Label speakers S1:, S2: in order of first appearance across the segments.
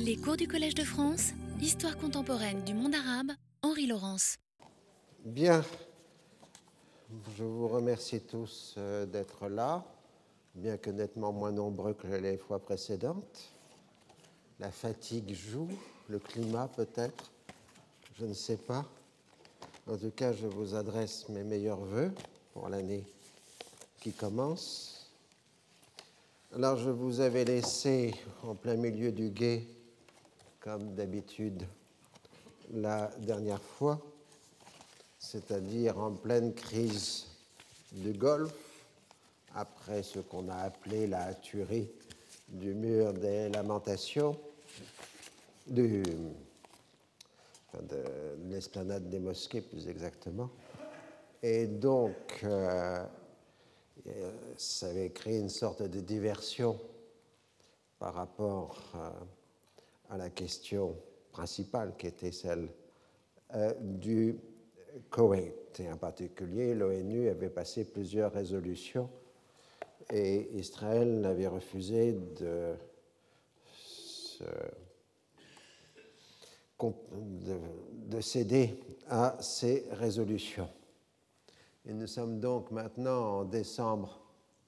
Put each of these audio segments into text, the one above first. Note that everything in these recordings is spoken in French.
S1: Les cours du Collège de France, Histoire contemporaine du monde arabe, Henri Laurence.
S2: Bien, je vous remercie tous d'être là, bien que nettement moins nombreux que les fois précédentes. La fatigue joue, le climat peut-être, je ne sais pas. En tout cas, je vous adresse mes meilleurs vœux pour l'année qui commence. Alors, je vous avais laissé en plein milieu du gué, comme d'habitude, la dernière fois, c'est-à-dire en pleine crise du Golfe, après ce qu'on a appelé la tuerie du mur des lamentations, de l'esplanade des mosquées plus exactement. Et donc, ça avait créé une sorte de diversion par rapport à la question principale qui était celle du Koweït. Et en particulier, l'ONU avait passé plusieurs résolutions et Israël avait refusé de céder à ces résolutions. Et nous sommes donc maintenant en décembre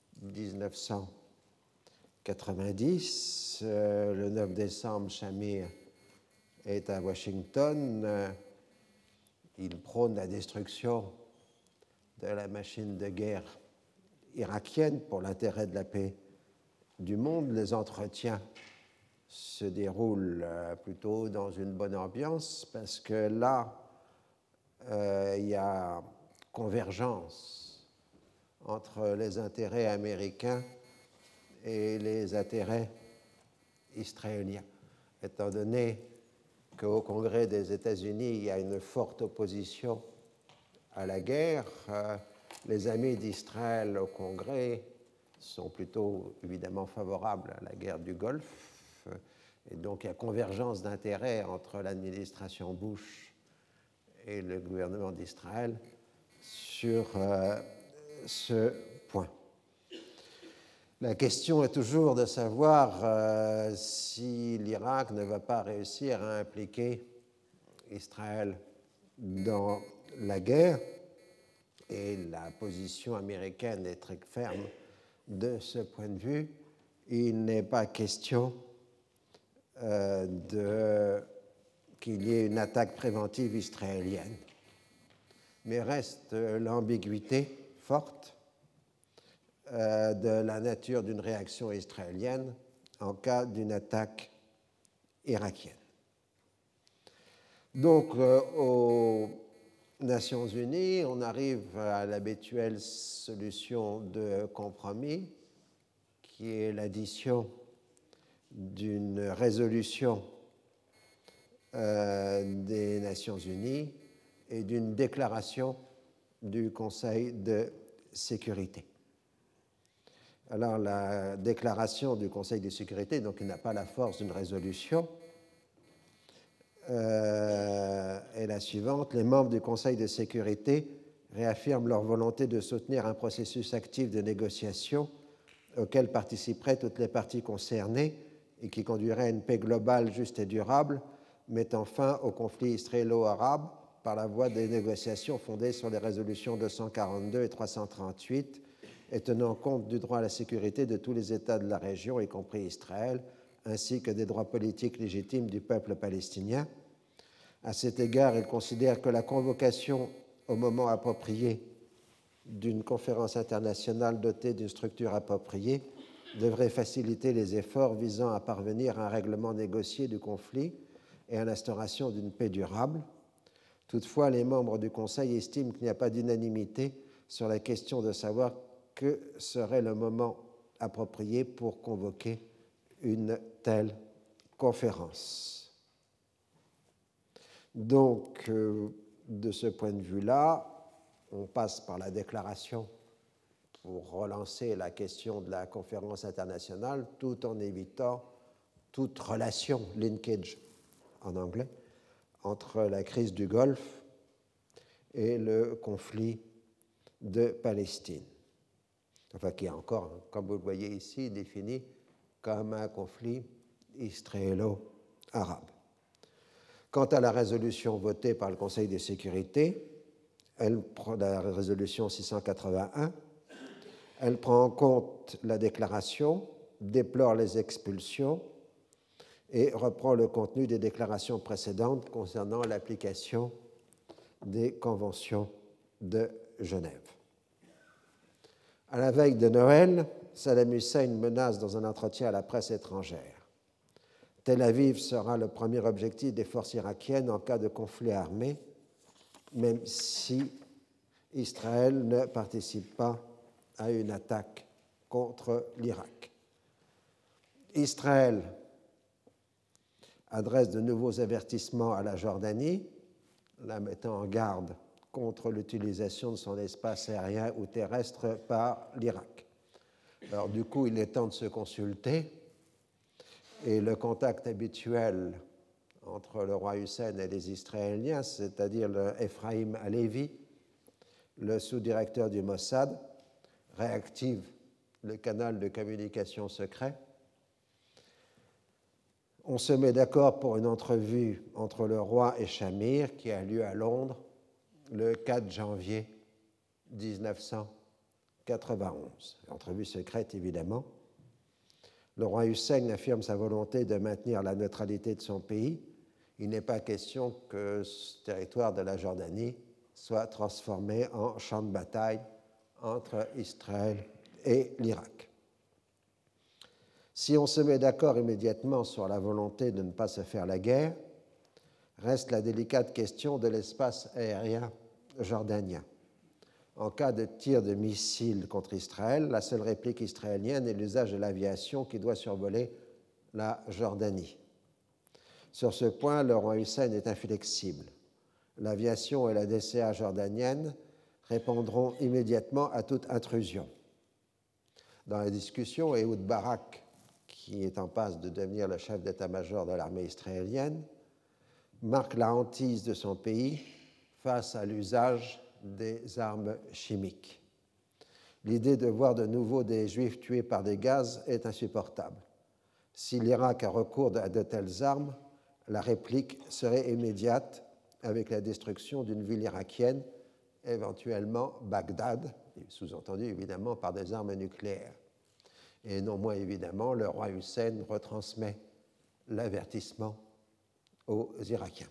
S2: 1990. Le 9 décembre, Shamir est à Washington. Il prône la destruction de la machine de guerre irakienne pour l'intérêt de la paix du monde. Les entretiens se déroulent plutôt dans une bonne ambiance parce que là, il y a convergence entre les intérêts américains et les intérêts israéliens, étant donné qu'au Congrès des États-Unis, il y a une forte opposition à la guerre. Les amis d'Israël au Congrès sont plutôt évidemment favorables à la guerre du Golfe. Et donc il y a convergence d'intérêts entre l'administration Bush et le gouvernement d'Israël sur ce point. La question est toujours de savoir si l'Irak ne va pas réussir à impliquer Israël dans la guerre, et la position américaine est très ferme de ce point de vue. Il n'est pas question qu'il y ait une attaque préventive israélienne, mais reste l'ambiguïté forte de la nature d'une réaction israélienne en cas d'une attaque irakienne. Donc, aux Nations Unies, on arrive à l'habituelle solution de compromis, qui est l'addition d'une résolution des Nations Unies et d'une déclaration du Conseil de sécurité. Alors, la déclaration du Conseil de sécurité, donc, il n'a pas la force d'une résolution, est la suivante. Les membres du Conseil de sécurité réaffirment leur volonté de soutenir un processus actif de négociation auquel participeraient toutes les parties concernées et qui conduirait à une paix globale, juste et durable, mettant fin au conflit israélo-arabe par la voie des négociations fondées sur les résolutions 242 et 338 et tenant compte du droit à la sécurité de tous les États de la région, y compris Israël, ainsi que des droits politiques légitimes du peuple palestinien. À cet égard, il considère que la convocation au moment approprié d'une conférence internationale dotée d'une structure appropriée devrait faciliter les efforts visant à parvenir à un règlement négocié du conflit et à l'instauration d'une paix durable. Toutefois, les membres du Conseil estiment qu'il n'y a pas d'unanimité sur la question de savoir que serait le moment approprié pour convoquer une telle conférence. Donc, de ce point de vue-là, on passe par la déclaration pour relancer la question de la conférence internationale, tout en évitant toute relation, linkage en anglais, entre la crise du Golfe et le conflit de Palestine. Enfin, qui est encore, comme vous le voyez ici, défini comme un conflit israélo-arabe. arabe. Quant à la résolution votée par le Conseil de sécurité, la résolution 681, elle prend en compte la déclaration, déplore les expulsions et reprend le contenu des déclarations précédentes concernant l'application des conventions de Genève. À la veille de Noël, Saddam Hussein menace dans un entretien à la presse étrangère. Tel Aviv sera le premier objectif des forces irakiennes en cas de conflit armé, même si Israël ne participe pas à une attaque contre l'Irak. Israël adresse de nouveaux avertissements à la Jordanie, la mettant en garde contre l'utilisation de son espace aérien ou terrestre par l'Irak. Alors du coup, il est temps de se consulter et le contact habituel entre le roi Hussein et les Israéliens, c'est-à-dire le Ephraim Halevi, le sous-directeur du Mossad, réactive le canal de communication secret. On se met d'accord pour une entrevue entre le roi et Shamir qui a lieu à Londres le 4 janvier 1991. Entrevue secrète, évidemment. Le roi Hussein affirme sa volonté de maintenir la neutralité de son pays. Il n'est pas question que ce territoire de la Jordanie soit transformé en champ de bataille entre Israël et l'Irak. Si on se met d'accord immédiatement sur la volonté de ne pas se faire la guerre, reste la délicate question de l'espace aérien jordanien. En cas de tir de missiles contre Israël, la seule réplique israélienne est l'usage de l'aviation qui doit survoler la Jordanie. Sur ce point, le roi Hussein est inflexible. L'aviation et la DCA jordanienne répondront immédiatement à toute intrusion. Dans la discussion, Ehud Barak, qui est en passe de devenir le chef d'état-major de l'armée israélienne, marque la hantise de son pays face à l'usage des armes chimiques. L'idée de voir de nouveau des Juifs tués par des gaz est insupportable. Si l'Irak a recours à de telles armes, la réplique serait immédiate avec la destruction d'une ville irakienne, éventuellement Bagdad, sous-entendu évidemment par des armes nucléaires. Et non moins évidemment, le roi Hussein retransmet l'avertissement aux Irakiens.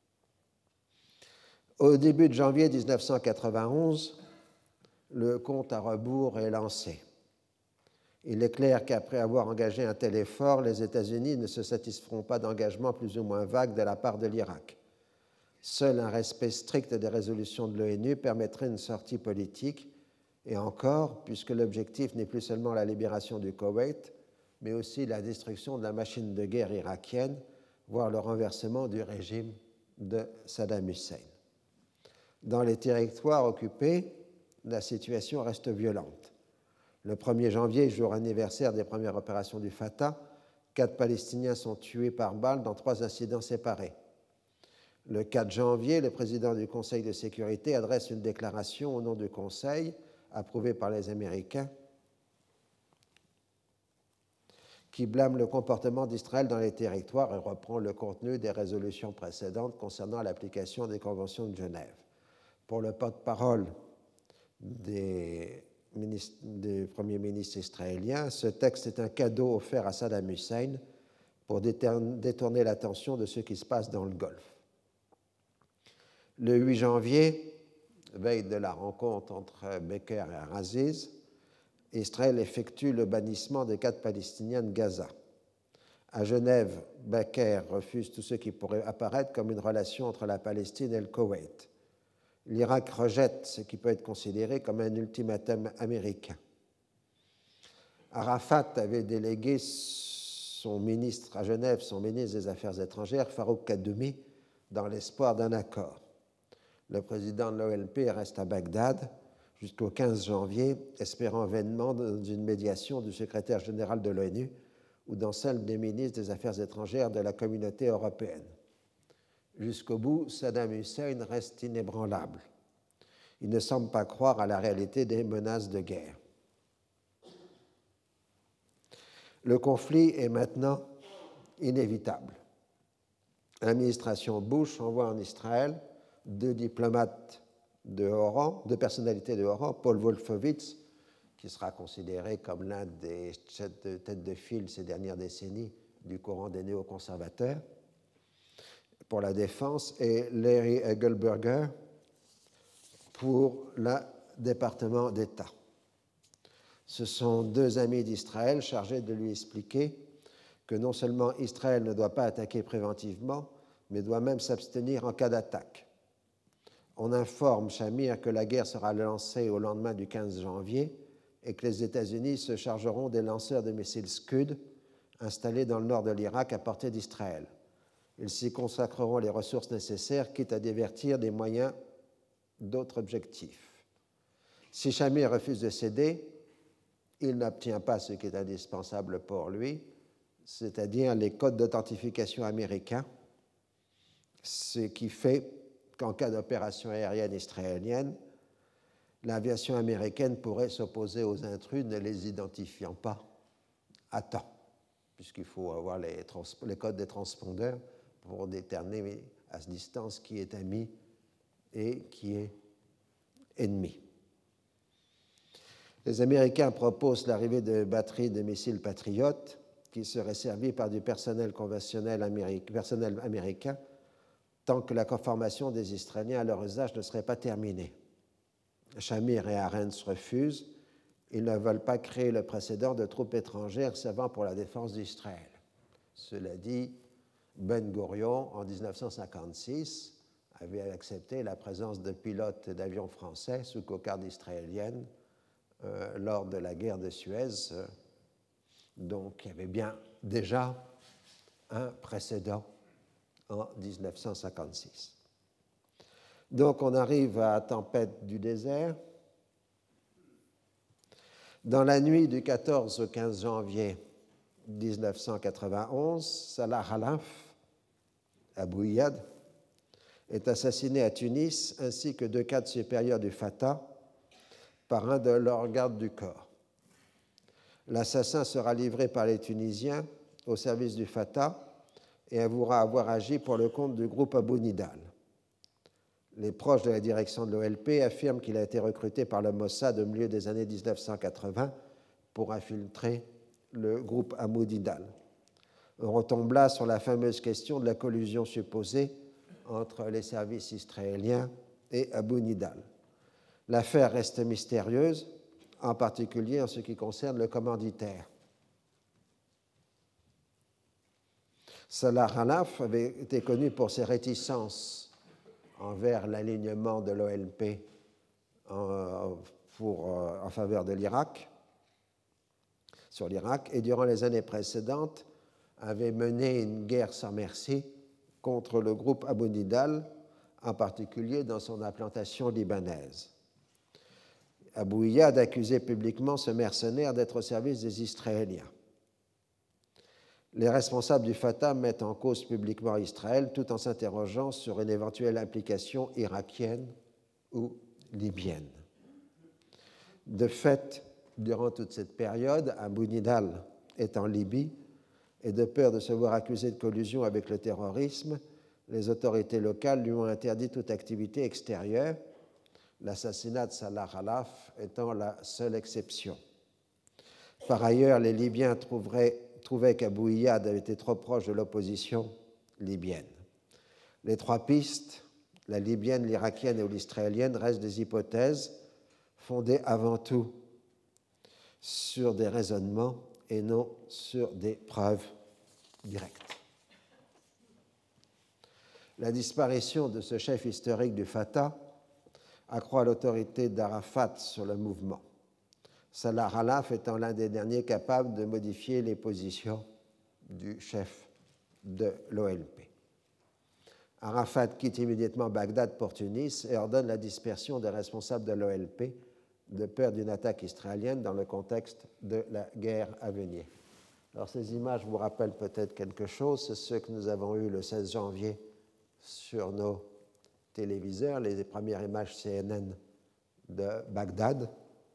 S2: Au début de janvier 1991, le compte à rebours est lancé. Il est clair qu'après avoir engagé un tel effort, les États-Unis ne se satisferont pas d'engagements plus ou moins vagues de la part de l'Irak. Seul un respect strict des résolutions de l'ONU permettrait une sortie politique, et encore, puisque l'objectif n'est plus seulement la libération du Koweït, mais aussi la destruction de la machine de guerre irakienne, voire le renversement du régime de Saddam Hussein. Dans les territoires occupés, la situation reste violente. Le 1er janvier, jour anniversaire des premières opérations du Fatah, 4 Palestiniens sont tués par balle dans 3 incidents séparés. Le 4 janvier, le président du Conseil de sécurité adresse une déclaration au nom du Conseil, approuvée par les Américains, qui blâme le comportement d'Israël dans les territoires et reprend le contenu des résolutions précédentes concernant l'application des conventions de Genève. Pour le porte-parole du Premier ministre israélien, ce texte est un cadeau offert à Saddam Hussein pour détourner l'attention de ce qui se passe dans le Golfe. Le 8 janvier, veille de la rencontre entre Becker et Aziz, Israël effectue le bannissement des 4 Palestiniens de Gaza. À Genève, Becker refuse tout ce qui pourrait apparaître comme une relation entre la Palestine et le Koweït. L'Irak rejette ce qui peut être considéré comme un ultimatum américain. Arafat avait délégué son ministre à Genève, son ministre des Affaires étrangères, Farouk Kaddoumi, dans l'espoir d'un accord. Le président de l'OLP reste à Bagdad jusqu'au 15 janvier, espérant vainement dans une médiation du secrétaire général de l'ONU ou dans celle des ministres des Affaires étrangères de la communauté européenne. Jusqu'au bout, Saddam Hussein reste inébranlable. Il ne semble pas croire à la réalité des menaces de guerre. Le conflit est maintenant inévitable. l'administration Bush envoie en Israël 2 diplomates de haut rang, 2 personnalités de haut rang, Paul Wolfowitz, qui sera considéré comme l'un des têtes de file ces dernières décennies du courant des néoconservateurs pour la défense, et Larry Egelberger pour le département d'État. Ce sont 2 amis d'Israël chargés de lui expliquer que non seulement Israël ne doit pas attaquer préventivement, mais doit même s'abstenir en cas d'attaque. On informe Shamir que la guerre sera lancée au lendemain du 15 janvier et que les États-Unis se chargeront des lanceurs de missiles Scud installés dans le nord de l'Irak à portée d'Israël. Ils s'y consacreront les ressources nécessaires, quitte à divertir des moyens d'autres objectifs. Si Shamir refuse de céder, il n'obtient pas ce qui est indispensable pour lui, c'est-à-dire les codes d'authentification américains, ce qui fait qu'en cas d'opération aérienne israélienne, l'aviation américaine pourrait s'opposer aux intrus ne les identifiant pas à temps, puisqu'il faut avoir les codes des transpondeurs pour déterminer à distance qui est ami et qui est ennemi. Les Américains proposent l'arrivée de batteries de missiles Patriot qui seraient servies par du personnel conventionnel américain tant que la conformation des Israéliens à leur usage ne serait pas terminée. Shamir et Arens refusent. Ils ne veulent pas créer le précédent de troupes étrangères servant pour la défense d'Israël. Cela dit, Ben Gurion, en 1956, avait accepté la présence de pilotes d'avions français sous cocarde israélienne lors de la guerre de Suez. Donc, il y avait bien déjà un précédent en 1956. Donc, on arrive à Tempête du désert. Dans la nuit du 14 au 15 janvier 1991, Salah Khalaf, Abou Iyad, est assassiné à Tunis, ainsi que 2 cadres supérieurs du Fatah, par un de leurs gardes du corps. L'assassin sera livré par les Tunisiens au service du Fatah et avouera avoir agi pour le compte du groupe Abu Nidal. Les proches de la direction de l'OLP affirment qu'il a été recruté par le Mossad au milieu des années 1980 pour infiltrer le groupe Abu Nidal. On retombe là sur la fameuse question de la collusion supposée entre les services israéliens et Abu Nidal. L'affaire reste mystérieuse, en particulier en ce qui concerne le commanditaire. Salah Khalaf avait été connu pour ses réticences envers l'alignement de l'OLP en faveur de l'Irak, sur l'Irak, et durant les années précédentes avait mené une guerre sans merci contre le groupe Abu Nidal, en particulier dans son implantation libanaise. Abou Iyad accusait publiquement ce mercenaire d'être au service des Israéliens. Les responsables du Fatah mettent en cause publiquement Israël tout en s'interrogeant sur une éventuelle implication irakienne ou libyenne. De fait, durant toute cette période, Abu Nidal est en Libye et de peur de se voir accusé de collusion avec le terrorisme, les autorités locales lui ont interdit toute activité extérieure, l'assassinat de Salah Khalaf étant la seule exception. Par ailleurs, les Libyens trouvaient qu'Abou Iyad avait été trop proche de l'opposition libyenne. Les 3 pistes, la libyenne, l'irakienne ou l'israélienne, restent des hypothèses fondées avant tout sur des raisonnements et non sur des preuves directes. La disparition de ce chef historique du Fatah accroît l'autorité d'Arafat sur le mouvement, Salah Khalaf étant l'un des derniers capables de modifier les positions du chef de l'OLP. Arafat quitte immédiatement Bagdad pour Tunis et ordonne la dispersion des responsables de l'OLP de peur d'une attaque israélienne dans le contexte de la guerre à venir. Alors ces images vous rappellent peut-être quelque chose, c'est ce que nous avons eu le 16 janvier sur nos téléviseurs, les premières images CNN de Bagdad,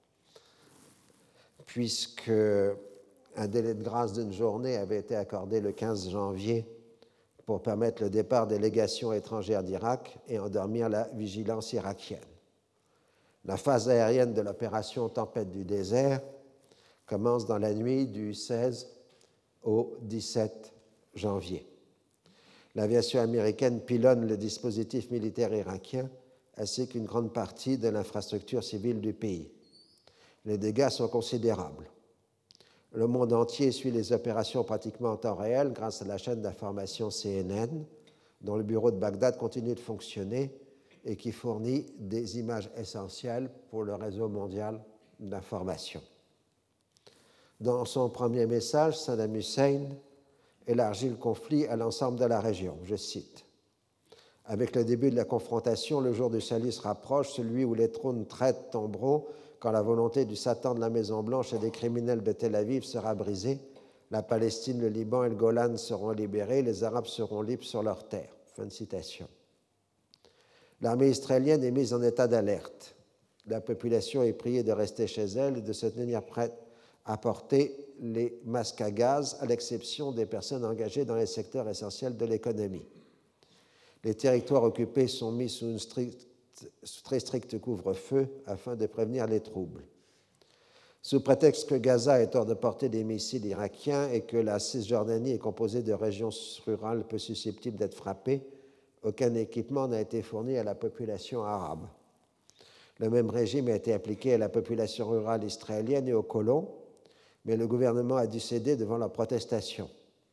S2: puisque un délai de grâce d'une journée avait été accordé le 15 janvier pour permettre le départ des légations étrangères d'Irak et endormir la vigilance irakienne. La phase aérienne de l'opération Tempête du désert commence dans la nuit du 16 au 17 janvier. L'aviation américaine pilonne le dispositif militaire irakien ainsi qu'une grande partie de l'infrastructure civile du pays. Les dégâts sont considérables. Le monde entier suit les opérations pratiquement en temps réel grâce à la chaîne d'information CNN, dont le bureau de Bagdad continue de fonctionner et qui fournit des images essentielles pour le réseau mondial d'information. Dans son premier message, Saddam Hussein élargit le conflit à l'ensemble de la région. Je cite: « Avec le début de la confrontation, le jour du salut se rapproche, celui où les trônes traites tomberont, quand la volonté du Satan de la Maison-Blanche et des criminels de Tel Aviv sera brisée, la Palestine, le Liban et le Golan seront libérés, les Arabes seront libres sur leur terre. » Fin de citation. L'armée israélienne est mise en état d'alerte. La population est priée de rester chez elle et de se tenir prête à porter les masques à gaz, à l'exception des personnes engagées dans les secteurs essentiels de l'économie. Les territoires occupés sont mis sous très strict couvre-feu afin de prévenir les troubles. Sous prétexte que Gaza est hors de portée des missiles irakiens et que la Cisjordanie est composée de régions rurales peu susceptibles d'être frappées, aucun équipement n'a été fourni à la population arabe. Le même régime a été appliqué à la population rurale israélienne et aux colons, mais le gouvernement a dû céder devant leurs protestations.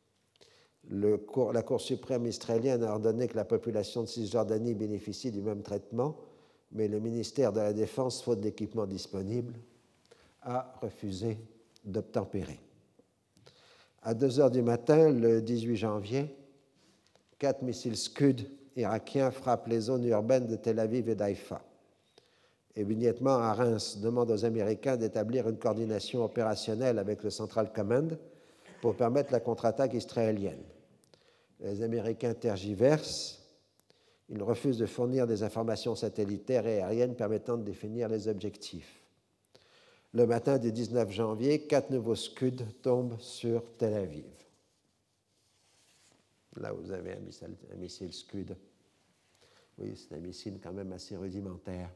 S2: La Cour suprême israélienne a ordonné que la population de Cisjordanie bénéficie du même traitement, mais le ministère de la Défense, faute d'équipement disponible, a refusé d'obtempérer. À 2 heures du matin, le 18 janvier, 4 missiles Scud irakiens frappent les zones urbaines de Tel Aviv et d'Haïfa. Immédiatement, à Reims demande aux Américains d'établir une coordination opérationnelle avec le Central Command pour permettre la contre-attaque israélienne. Les Américains tergiversent. Ils refusent de fournir des informations satellitaires et aériennes permettant de définir les objectifs. Le matin du 19 janvier, 4 nouveaux Scud tombent sur Tel Aviv. Là, vous avez un missile Scud. Oui, c'est un missile quand même assez rudimentaire.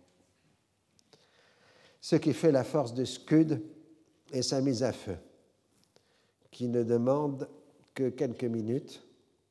S2: Ce qui fait la force de Scud est sa mise à feu, qui ne demande que quelques minutes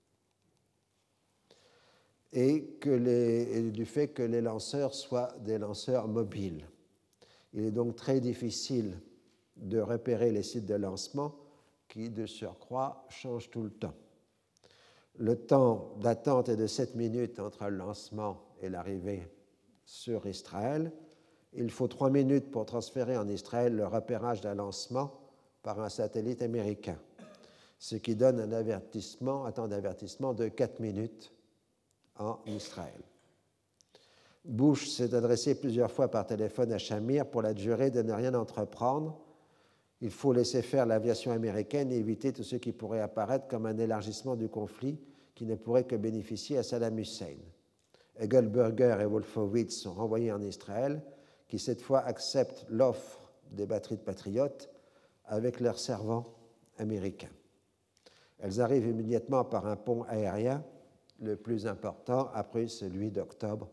S2: et du fait que les lanceurs soient des lanceurs mobiles. Il est donc très difficile de repérer les sites de lancement qui, de surcroît, changent tout le temps. Le temps d'attente est de 7 minutes entre le lancement et l'arrivée sur Israël. Il faut 3 minutes pour transférer en Israël le repérage d'un lancement par un satellite américain, ce qui donne un temps d'avertissement de 4 minutes en Israël. Bush s'est adressé plusieurs fois par téléphone à Shamir pour l'adjurer de ne rien entreprendre. Il faut laisser faire l'aviation américaine et éviter tout ce qui pourrait apparaître comme un élargissement du conflit qui ne pourrait que bénéficier à Saddam Hussein. Egelberger et Wolfowitz sont renvoyés en Israël, qui cette fois acceptent l'offre des batteries de patriotes avec leurs servants américains. Elles arrivent immédiatement par un pont aérien, le plus important après celui d'octobre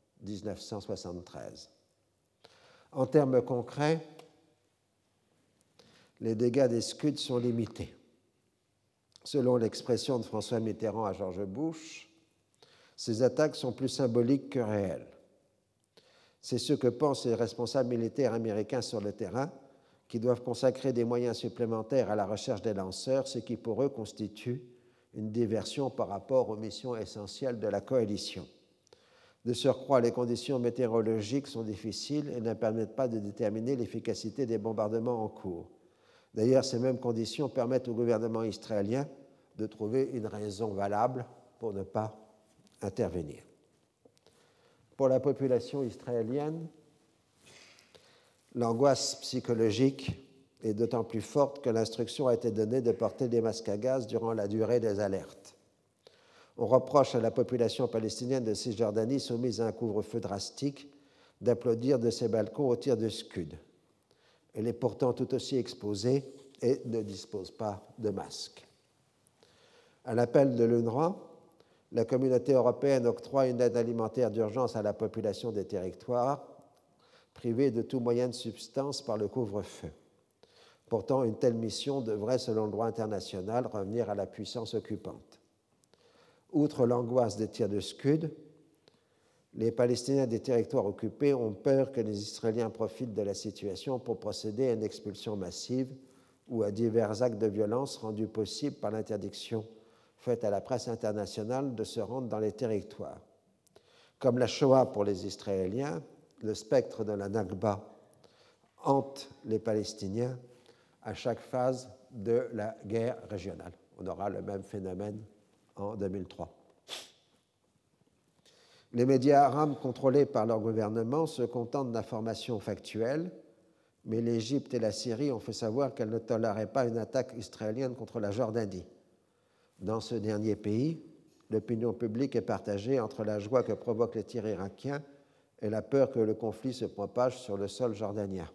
S2: 1973. En termes concrets, les dégâts des Scud sont limités. Selon l'expression de François Mitterrand à George Bush, ces attaques sont plus symboliques que réelles. C'est ce que pensent les responsables militaires américains sur le terrain, qui doivent consacrer des moyens supplémentaires à la recherche des lanceurs, ce qui pour eux constitue une diversion par rapport aux missions essentielles de la coalition. De surcroît, les conditions météorologiques sont difficiles et ne permettent pas de déterminer l'efficacité des bombardements en cours. D'ailleurs, ces mêmes conditions permettent au gouvernement israélien de trouver une raison valable pour ne pas intervenir. Pour la population israélienne, l'angoisse psychologique est d'autant plus forte que l'instruction a été donnée de porter des masques à gaz durant la durée des alertes. On reproche à la population palestinienne de Cisjordanie soumise à un couvre-feu drastique d'applaudir de ses balcons au tir de Scud. Elle est pourtant tout aussi exposée et ne dispose pas de masque. À l'appel de l'UNRWA, la communauté européenne octroie une aide alimentaire d'urgence à la population des territoires privés de tout moyen de subsistance par le couvre-feu. Pourtant, une telle mission devrait, selon le droit international, revenir à la puissance occupante. Outre l'angoisse des tirs de Scud, les Palestiniens des territoires occupés ont peur que les Israéliens profitent de la situation pour procéder à une expulsion massive ou à divers actes de violence rendus possibles par l'interdiction faite à la presse internationale de se rendre dans les territoires. Comme la Shoah pour les Israéliens, le spectre de la Nakba hante les Palestiniens à chaque phase de la guerre régionale. On aura le même phénomène en 2003. Les médias arabes contrôlés par leur gouvernement se contentent d'informations factuelles, mais l'Égypte et la Syrie ont fait savoir qu'elles ne toléraient pas une attaque israélienne contre la Jordanie. Dans ce dernier pays, l'opinion publique est partagée entre la joie que provoquent les tirs irakiens et la peur que le conflit se propage sur le sol jordanien.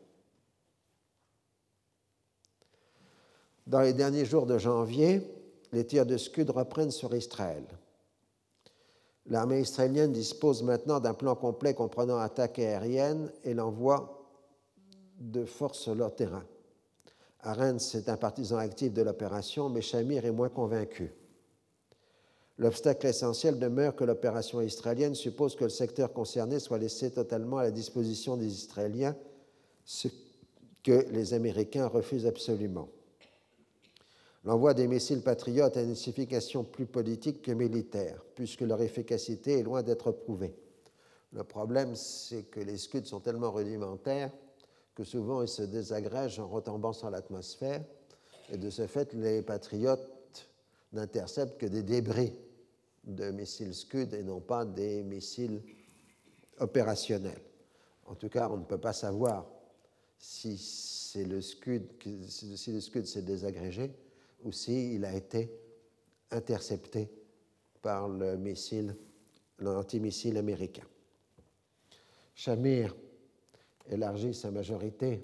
S2: Dans les derniers jours de janvier, les tirs de Scud reprennent sur Israël. L'armée israélienne dispose maintenant d'un plan complet comprenant attaque aérienne et l'envoi de forces sur leur terrain. Arens est un partisan actif de l'opération, mais Shamir est moins convaincu. L'obstacle essentiel demeure que l'opération israélienne suppose que le secteur concerné soit laissé totalement à la disposition des Israéliens, ce que les Américains refusent absolument. L'envoi des missiles patriotes a une signification plus politique que militaire, puisque leur efficacité est loin d'être prouvée. Le problème, c'est que les Scuds sont tellement rudimentaires que souvent ils se désagrègent en retombant sur l'atmosphère, et de ce fait, les patriotes n'interceptent que des débris de missiles Scud et non pas des missiles opérationnels. En tout cas, on ne peut pas savoir si le Scud s'est désagrégé ou s'il a été intercepté par l'antimissile américain. Shamir élargit sa majorité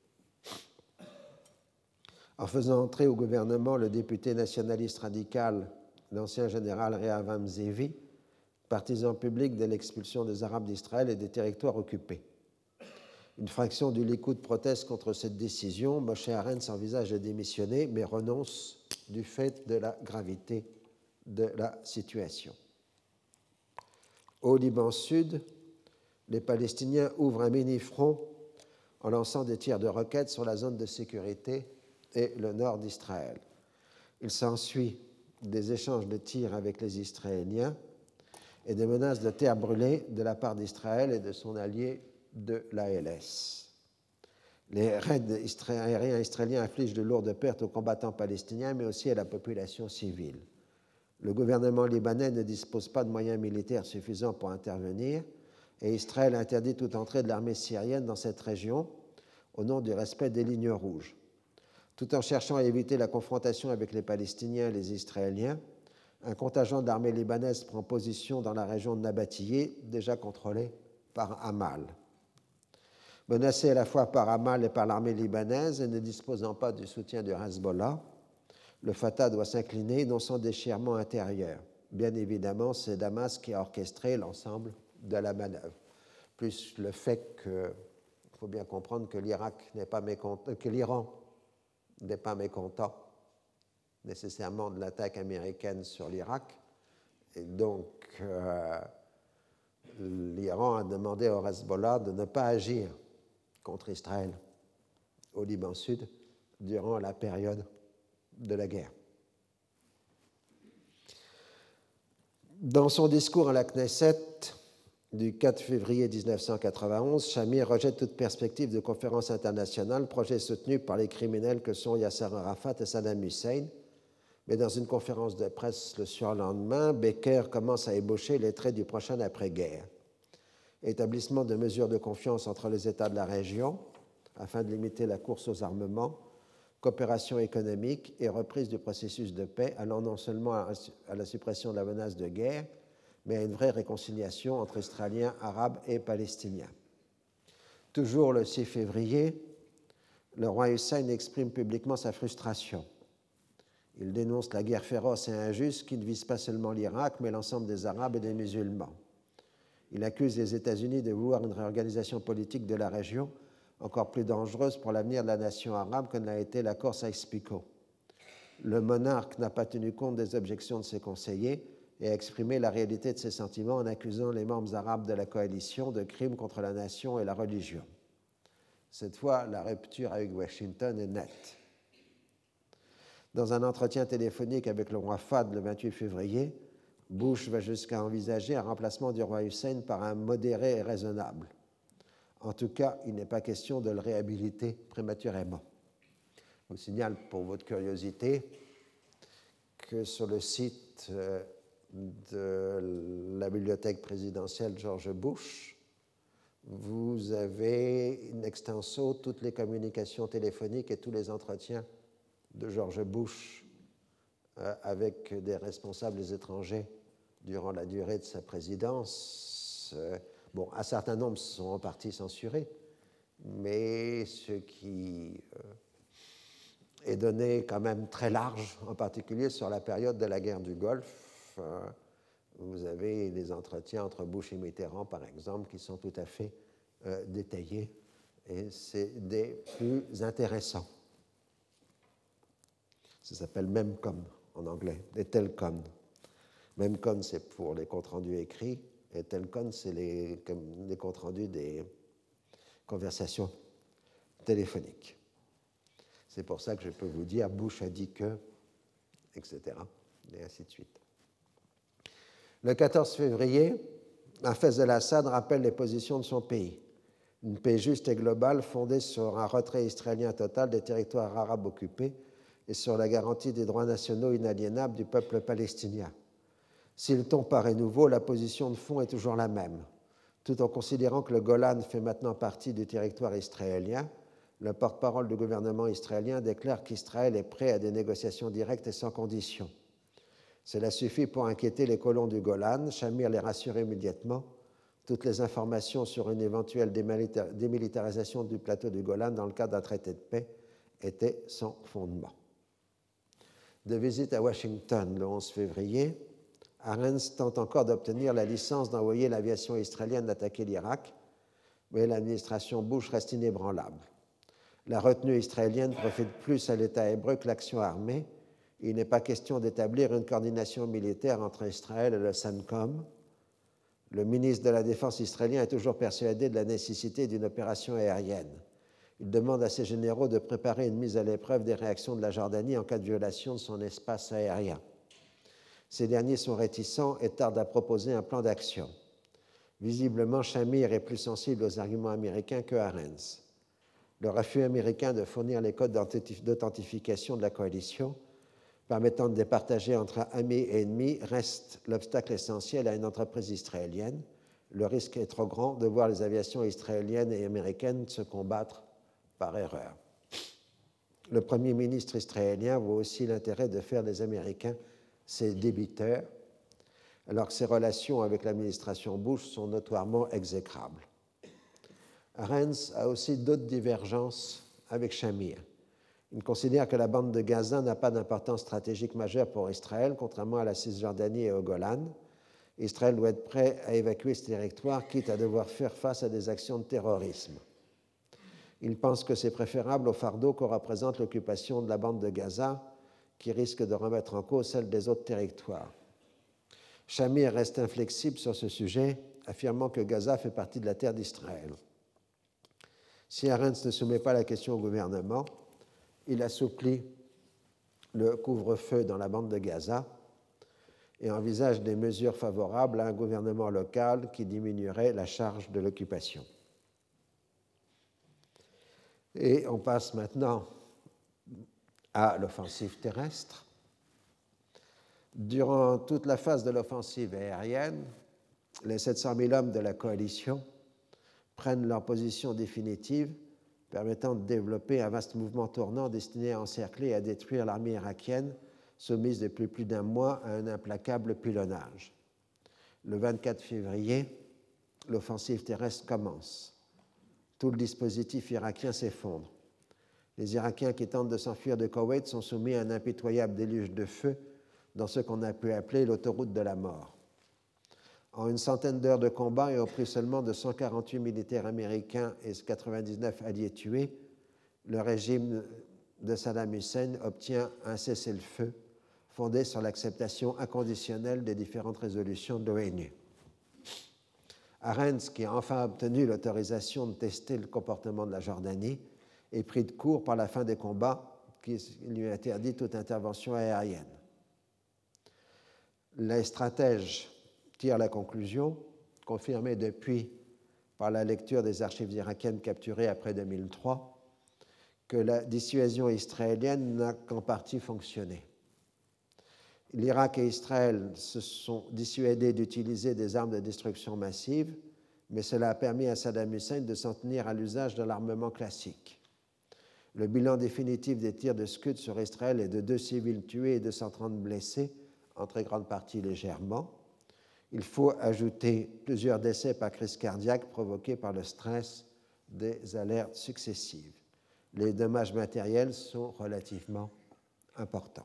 S2: en faisant entrer au gouvernement le député nationaliste radical, l'ancien général Rehavam Zevi, partisan public de l'expulsion des Arabes d'Israël et des territoires occupés. Une fraction du Likoud proteste contre cette décision. Moshe Arens envisage de démissionner, mais renonce du fait de la gravité de la situation. Au Liban Sud, les Palestiniens ouvrent un mini-front en lançant des tirs de roquettes sur la zone de sécurité et le nord d'Israël. Il s'ensuit des échanges de tirs avec les Israéliens et des menaces de terre brûlée de la part d'Israël et de son allié de l'ALS. Les raids aériens israéliens infligent de lourdes pertes aux combattants palestiniens, mais aussi à la population civile. Le gouvernement libanais ne dispose pas de moyens militaires suffisants pour intervenir, et Israël interdit toute entrée de l'armée syrienne dans cette région au nom du respect des lignes rouges. Tout en cherchant à éviter la confrontation avec les Palestiniens et les Israéliens, un contingent de l'armée libanaise prend position dans la région de Nabatillé, déjà contrôlée par Amal. Menacé à la fois par Amal et par l'armée libanaise et ne disposant pas du soutien du Hezbollah, le Fatah doit s'incliner dans son déchirement intérieur. Bien évidemment, c'est Damas qui a orchestré l'ensemble de la manœuvre. Plus le fait qu'il faut bien comprendre que l'Iran n'est pas mécontent nécessairement de l'attaque américaine sur l'Irak. Et donc, l'Iran a demandé au Hezbollah de ne pas agir contre Israël au Liban Sud durant la période de la guerre. Dans son discours à la Knesset du 4 février 1991, Shamir rejette toute perspective de conférence internationale, projet soutenu par les criminels que sont Yasser Arafat et Saddam Hussein. Mais dans une conférence de presse le surlendemain, Becker commence à ébaucher les traits du prochain après-guerre. Établissement de mesures de confiance entre les États de la région afin de limiter la course aux armements, coopération économique et reprise du processus de paix allant non seulement à la suppression de la menace de guerre, mais à une vraie réconciliation entre Israéliens, Arabes et Palestiniens. Toujours le 6 février, le roi Hussein exprime publiquement sa frustration. Il dénonce la guerre féroce et injuste qui ne vise pas seulement l'Irak, mais l'ensemble des Arabes et des musulmans. Il accuse les États-Unis de vouloir une réorganisation politique de la région encore plus dangereuse pour l'avenir de la nation arabe que ne l'a été l'accord Sykes-Picot. Le monarque n'a pas tenu compte des objections de ses conseillers et a exprimé la réalité de ses sentiments en accusant les membres arabes de la coalition de crimes contre la nation et la religion. Cette fois, la rupture avec Washington est nette. Dans un entretien téléphonique avec le roi Fahd le 28 février, Bush va jusqu'à envisager un remplacement du roi Hussein par un modéré et raisonnable. En tout cas, il n'est pas question de le réhabiliter prématurément. Je vous signale pour votre curiosité que sur le site de la bibliothèque présidentielle George Bush, vous avez in extenso toutes les communications téléphoniques et tous les entretiens de George Bush avec des responsables étrangers durant la durée de sa présidence. Bon, un certain nombre sont en partie censurés, mais ce qui est donné quand même très large, en particulier sur la période de la guerre du Golfe. Vous avez des entretiens entre Bush et Mitterrand, par exemple, qui sont tout à fait détaillés, et c'est des plus intéressants. Ça s'appelle MEMCOM en anglais, des TELCON. MEMCOM, c'est pour les comptes rendus écrits, et TELCON, c'est les comptes rendus des conversations téléphoniques. C'est pour ça que je peux vous dire Bush a dit que, etc., et ainsi de suite. Le 14 février, Hafez el-Assad rappelle les positions de son pays. Une paix juste et globale fondée sur un retrait israélien total des territoires arabes occupés et sur la garantie des droits nationaux inaliénables du peuple palestinien. Si le ton paraît nouveau, la position de fond est toujours la même. Tout en considérant que le Golan fait maintenant partie du territoire israélien, le porte-parole du gouvernement israélien déclare qu'Israël est prêt à des négociations directes et sans conditions. Cela suffit pour inquiéter les colons du Golan. Shamir les rassure immédiatement. Toutes les informations sur une éventuelle démilitarisation du plateau du Golan dans le cadre d'un traité de paix étaient sans fondement. De visite à Washington le 11 février, Arens tente encore d'obtenir la licence d'envoyer l'aviation israélienne attaquer l'Irak, mais l'administration Bush reste inébranlable. La retenue israélienne profite plus à l'État hébreu que l'action armée. Il n'est pas question d'établir une coordination militaire entre Israël et le CENTCOM. Le ministre de la Défense israélien est toujours persuadé de la nécessité d'une opération aérienne. Il demande à ses généraux de préparer une mise à l'épreuve des réactions de la Jordanie en cas de violation de son espace aérien. Ces derniers sont réticents et tardent à proposer un plan d'action. Visiblement, Shamir est plus sensible aux arguments américains que Arens. Le refus américain de fournir les codes d'authentification de la coalition permettant de départager entre amis et ennemis reste l'obstacle essentiel à une entreprise israélienne. Le risque est trop grand de voir les aviations israéliennes et américaines se combattre par erreur. Le Premier ministre israélien voit aussi l'intérêt de faire des Américains ses débiteurs, alors que ses relations avec l'administration Bush sont notoirement exécrables. Arens a aussi d'autres divergences avec Shamir. Il considère que la bande de Gaza n'a pas d'importance stratégique majeure pour Israël, contrairement à la Cisjordanie et au Golan. Israël doit être prêt à évacuer ce territoire, quitte à devoir faire face à des actions de terrorisme. Il pense que c'est préférable au fardeau que représente l'occupation de la bande de Gaza, qui risque de remettre en cause celle des autres territoires. Shamir reste inflexible sur ce sujet, affirmant que Gaza fait partie de la terre d'Israël. Si Arens ne soumet pas la question au gouvernement, il assouplit le couvre-feu dans la bande de Gaza et envisage des mesures favorables à un gouvernement local qui diminuerait la charge de l'occupation. Et on passe maintenant à l'offensive terrestre. Durant toute la phase de l'offensive aérienne, les 700 000 hommes de la coalition prennent leur position définitive, permettant de développer un vaste mouvement tournant destiné à encercler et à détruire l'armée irakienne, soumise depuis plus d'un mois à un implacable pilonnage. Le 24 février, l'offensive terrestre commence. Tout le dispositif irakien s'effondre. Les Irakiens qui tentent de s'enfuir de Koweït sont soumis à un impitoyable déluge de feu dans ce qu'on a pu appeler l'autoroute de la mort. En une centaine d'heures de combat et au prix seulement de 148 militaires américains et 99 alliés tués, le régime de Saddam Hussein obtient un cessez-le-feu fondé sur l'acceptation inconditionnelle des différentes résolutions de l'ONU. Arends, qui a enfin obtenu l'autorisation de tester le comportement de la Jordanie, est pris de court par la fin des combats qui lui interdit toute intervention aérienne. Les stratèges tirent la conclusion, confirmée depuis par la lecture des archives irakiennes capturées après 2003, que la dissuasion israélienne n'a qu'en partie fonctionné. L'Irak et Israël se sont dissuadés d'utiliser des armes de destruction massive, mais cela a permis à Saddam Hussein de s'en tenir à l'usage de l'armement classique. Le bilan définitif des tirs de Scud sur Israël est de 2 civils tués et 230 blessés, en très grande partie légèrement. Il faut ajouter plusieurs décès par crise cardiaque provoqués par le stress des alertes successives. Les dommages matériels sont relativement importants.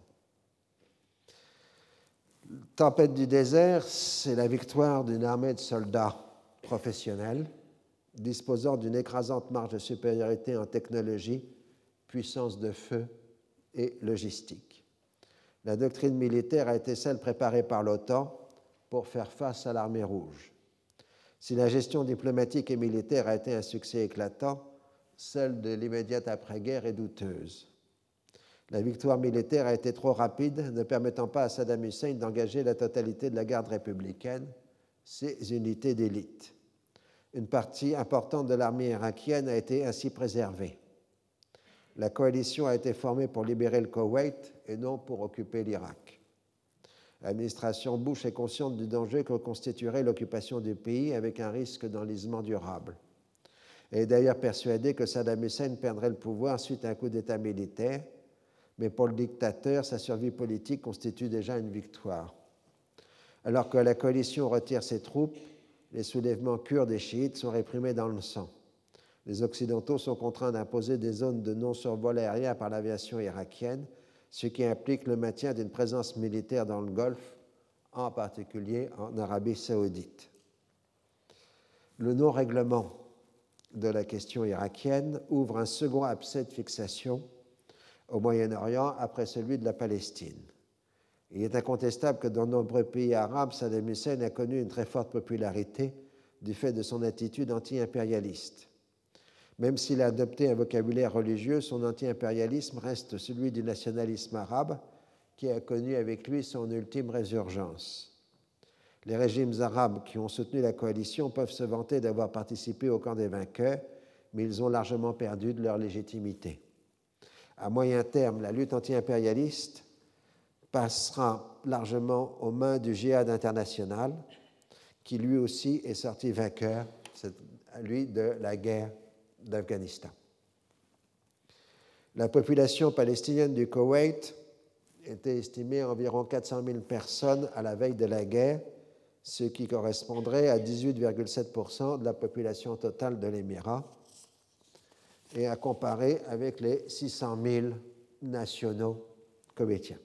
S2: Tempête du désert, c'est la victoire d'une armée de soldats professionnels disposant d'une écrasante marge de supériorité en technologie, puissance de feu et logistique. La doctrine militaire a été celle préparée par l'OTAN pour faire face à l'armée rouge. Si la gestion diplomatique et militaire a été un succès éclatant, celle de l'immédiate après-guerre est douteuse. La victoire militaire a été trop rapide, ne permettant pas à Saddam Hussein d'engager la totalité de la garde républicaine, ses unités d'élite. Une partie importante de l'armée irakienne a été ainsi préservée. La coalition a été formée pour libérer le Koweït et non pour occuper l'Irak. L'administration Bush est consciente du danger que constituerait l'occupation du pays avec un risque d'enlisement durable. Elle est d'ailleurs persuadée que Saddam Hussein perdrait le pouvoir suite à un coup d'État militaire, mais pour le dictateur, sa survie politique constitue déjà une victoire. Alors que la coalition retire ses troupes, les soulèvements kurdes et chiites sont réprimés dans le sang. Les Occidentaux sont contraints d'imposer des zones de non-survol aérien par l'aviation irakienne, ce qui implique le maintien d'une présence militaire dans le Golfe, en particulier en Arabie saoudite. Le non-règlement de la question irakienne ouvre un second abcès de fixation au Moyen-Orient après celui de la Palestine. Il est incontestable que dans de nombreux pays arabes, Saddam Hussein a connu une très forte popularité du fait de son attitude anti-impérialiste. Même s'il a adopté un vocabulaire religieux, son anti-impérialisme reste celui du nationalisme arabe qui a connu avec lui son ultime résurgence. Les régimes arabes qui ont soutenu la coalition peuvent se vanter d'avoir participé au camp des vainqueurs, mais ils ont largement perdu de leur légitimité. À moyen terme, la lutte anti-impérialiste passera largement aux mains du djihad international, qui lui aussi est sorti vainqueur, lui, de la guerre d'Afghanistan. La population palestinienne du Koweït était estimée à environ 400 000 personnes à la veille de la guerre, ce qui correspondrait à 18,7% de la population totale de l'Émirat, et à comparer avec les 600 000 nationaux koweïtiens.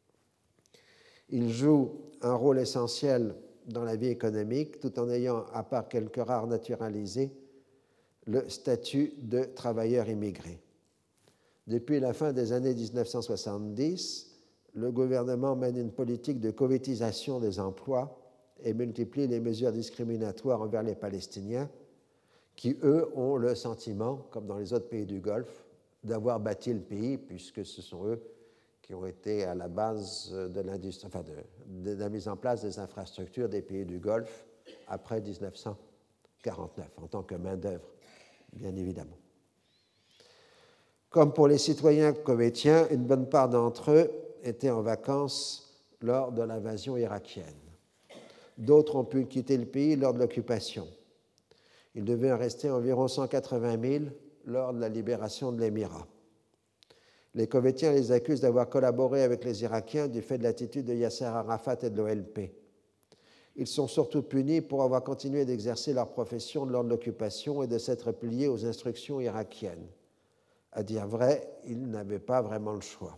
S2: Il joue un rôle essentiel dans la vie économique, tout en ayant, à part quelques rares naturalisés, le statut de travailleur immigré. Depuis la fin des années 1970, le gouvernement mène une politique de koweïtisation des emplois et multiplie les mesures discriminatoires envers les Palestiniens qui, eux, ont le sentiment, comme dans les autres pays du Golfe, d'avoir bâti le pays, puisque ce sont eux qui ont été à la base de la mise en place des infrastructures des pays du Golfe après 1949, en tant que main-d'œuvre, bien évidemment. Comme pour les citoyens koweïtiens, une bonne part d'entre eux étaient en vacances lors de l'invasion irakienne. D'autres ont pu quitter le pays lors de l'occupation. Il devait en rester environ 180 000 lors de la libération de l'Émirat. Les Koweïtiens les accusent d'avoir collaboré avec les Irakiens du fait de l'attitude de Yasser Arafat et de l'OLP. Ils sont surtout punis pour avoir continué d'exercer leur profession lors de l'occupation et de s'être pliés aux instructions irakiennes. À dire vrai, ils n'avaient pas vraiment le choix.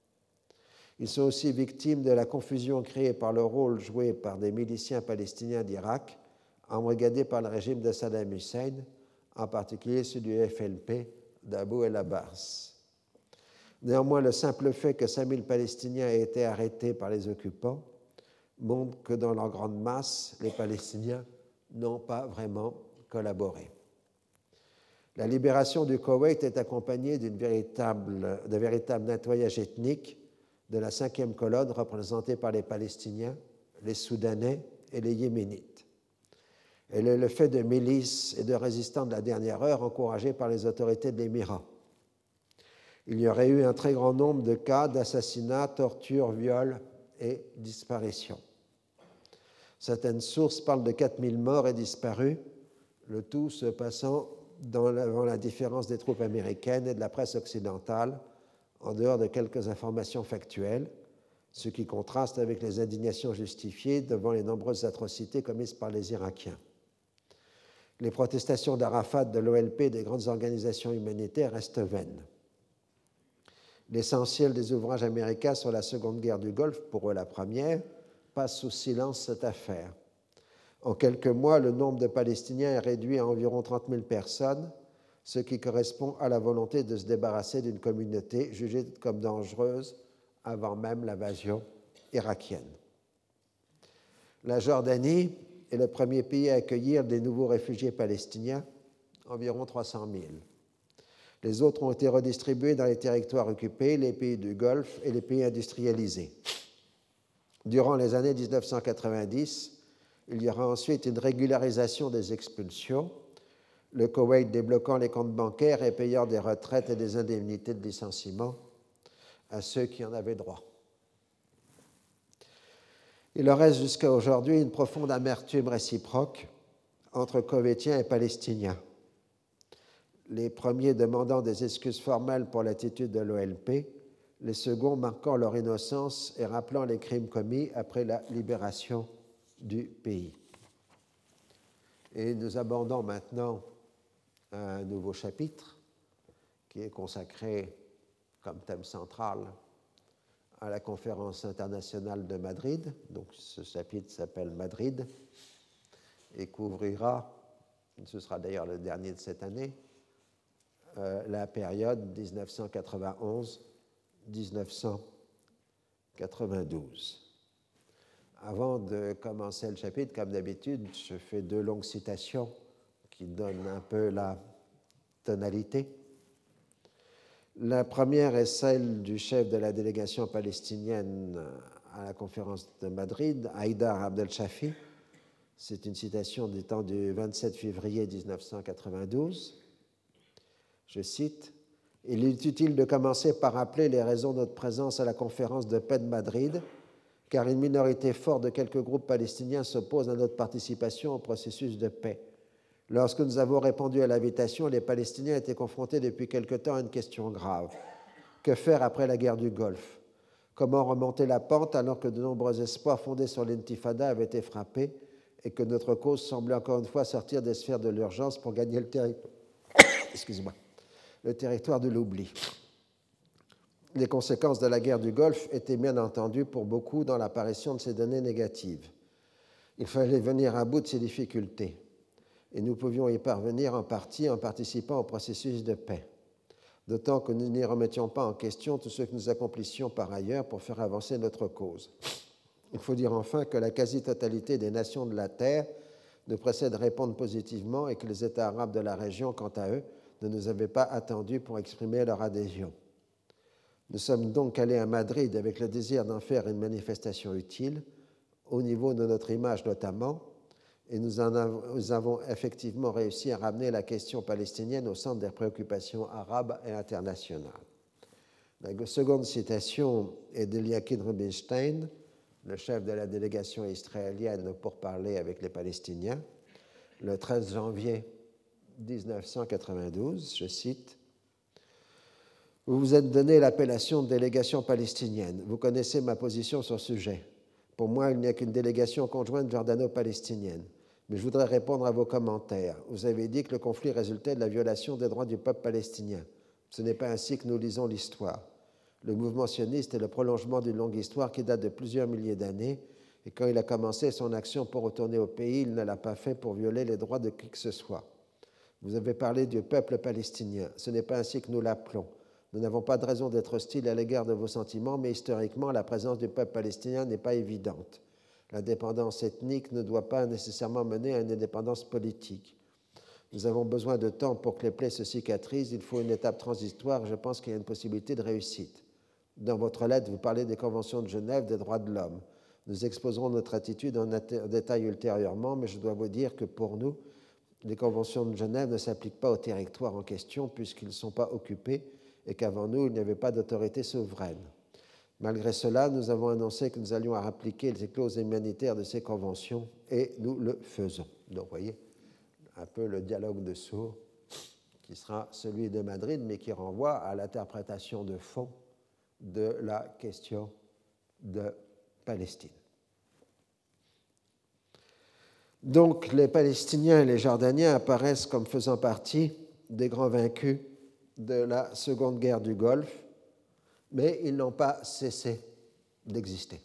S2: Ils sont aussi victimes de la confusion créée par le rôle joué par des miliciens palestiniens d'Irak, embrigadés par le régime de Saddam Hussein, en particulier celui du FLP d'Abu el-Abbas. Néanmoins, le simple fait que 5000 Palestiniens aient été arrêtés par les occupants montre que dans leur grande masse, les Palestiniens n'ont pas vraiment collaboré. La libération du Koweït est accompagnée d'un véritable nettoyage ethnique de la 5e colonne représentée par les Palestiniens, les Soudanais et les Yéménites. Elle est le fait de milices et de résistants de la dernière heure encouragés par les autorités de l'Émirat. Il y aurait eu un très grand nombre de cas d'assassinats, tortures, viols et disparitions. Certaines sources parlent de 4000 morts et disparus, le tout se passant devant la différence des troupes américaines et de la presse occidentale, en dehors de quelques informations factuelles, ce qui contraste avec les indignations justifiées devant les nombreuses atrocités commises par les Irakiens. Les protestations d'Arafat, de l'OLP et des grandes organisations humanitaires restent vaines. L'essentiel des ouvrages américains sur la Seconde Guerre du Golfe, pour eux la première, passe sous silence cette affaire. En quelques mois, le nombre de Palestiniens est réduit à environ 30 000 personnes, ce qui correspond à la volonté de se débarrasser d'une communauté jugée comme dangereuse avant même l'invasion irakienne. La Jordanie est le premier pays à accueillir des nouveaux réfugiés palestiniens, environ 300 000. Les autres ont été redistribués dans les territoires occupés, les pays du Golfe et les pays industrialisés. Durant les années 1990, il y aura ensuite une régularisation des expulsions, le Koweït débloquant les comptes bancaires et payant des retraites et des indemnités de licenciement à ceux qui en avaient droit. Il en reste jusqu'à aujourd'hui une profonde amertume réciproque entre Koweïtiens et Palestiniens. Les premiers demandant des excuses formelles pour l'attitude de l'OLP, les seconds marquant leur innocence et rappelant les crimes commis après la libération du pays. Et nous abordons maintenant un nouveau chapitre qui est consacré comme thème central à la conférence internationale de Madrid. Donc ce chapitre s'appelle Madrid et couvrira, ce sera d'ailleurs le dernier de cette année, la période 1991-1992. Avant de commencer le chapitre, comme d'habitude, je fais 2 longues citations qui donnent un peu la tonalité. La première est celle du chef de la délégation palestinienne à la conférence de Madrid, Haïdar Abdel Shafi. C'est une citation du temps du 27 février 1992. Je cite, « Il est utile de commencer par rappeler les raisons de notre présence à la conférence de paix de Madrid, car une minorité forte de quelques groupes palestiniens s'oppose à notre participation au processus de paix. Lorsque nous avons répondu à l'invitation, les Palestiniens étaient confrontés depuis quelque temps à une question grave. Que faire après la guerre du Golfe? Comment remonter la pente alors que de nombreux espoirs fondés sur l'intifada avaient été frappés et que notre cause semblait encore une fois sortir des sphères de l'urgence pour gagner le territoire de l'oubli. Les conséquences de la guerre du Golfe étaient bien entendu pour beaucoup dans l'apparition de ces données négatives. Il fallait venir à bout de ces difficultés, et nous pouvions y parvenir en partie en participant au processus de paix, d'autant que nous n'y remettions pas en question tout ce que nous accomplissions par ailleurs pour faire avancer notre cause. Il faut dire enfin que la quasi-totalité des nations de la Terre nous précèdent répondre positivement et que les États arabes de la région, quant à eux, ne nous avaient pas attendus pour exprimer leur adhésion. Nous sommes donc allés à Madrid avec le désir d'en faire une manifestation utile, au niveau de notre image notamment, et nous avons effectivement réussi à ramener la question palestinienne au centre des préoccupations arabes et internationales. La seconde citation est d'Eliakim Rubinstein, le chef de la délégation israélienne pour parler avec les Palestiniens, le 13 janvier 1992, je cite, « Vous vous êtes donné l'appellation de délégation palestinienne. Vous connaissez ma position sur ce sujet. Pour moi, il n'y a qu'une délégation conjointe jordano-palestinienne. Mais je voudrais répondre à vos commentaires. Vous avez dit que le conflit résultait de la violation des droits du peuple palestinien. Ce n'est pas ainsi que nous lisons l'histoire. Le mouvement sioniste est le prolongement d'une longue histoire qui date de plusieurs milliers d'années, et quand il a commencé son action pour retourner au pays, il ne l'a pas fait pour violer les droits de qui que ce soit. Vous avez parlé du peuple palestinien. Ce n'est pas ainsi que nous l'appelons. Nous n'avons pas de raison d'être hostiles à l'égard de vos sentiments, mais historiquement, la présence du peuple palestinien n'est pas évidente. L'indépendance ethnique ne doit pas nécessairement mener à une indépendance politique. Nous avons besoin de temps pour que les plaies se cicatrisent. Il faut une étape transitoire. Je pense qu'il y a une possibilité de réussite. Dans votre lettre, vous parlez des conventions de Genève des droits de l'homme. Nous exposerons notre attitude en détail ultérieurement, mais je dois vous dire que pour nous, les conventions de Genève ne s'appliquent pas au territoire en question puisqu'ils ne sont pas occupés et qu'avant nous, il n'y avait pas d'autorité souveraine. Malgré cela, nous avons annoncé que nous allions appliquer les clauses humanitaires de ces conventions et nous le faisons. Donc, vous voyez, un peu le dialogue de Sceaux qui sera celui de Madrid, mais qui renvoie à l'interprétation de fond de la question de Palestine. Donc, les Palestiniens et les Jordaniens apparaissent comme faisant partie des grands vaincus de la Seconde Guerre du Golfe, mais ils n'ont pas cessé d'exister.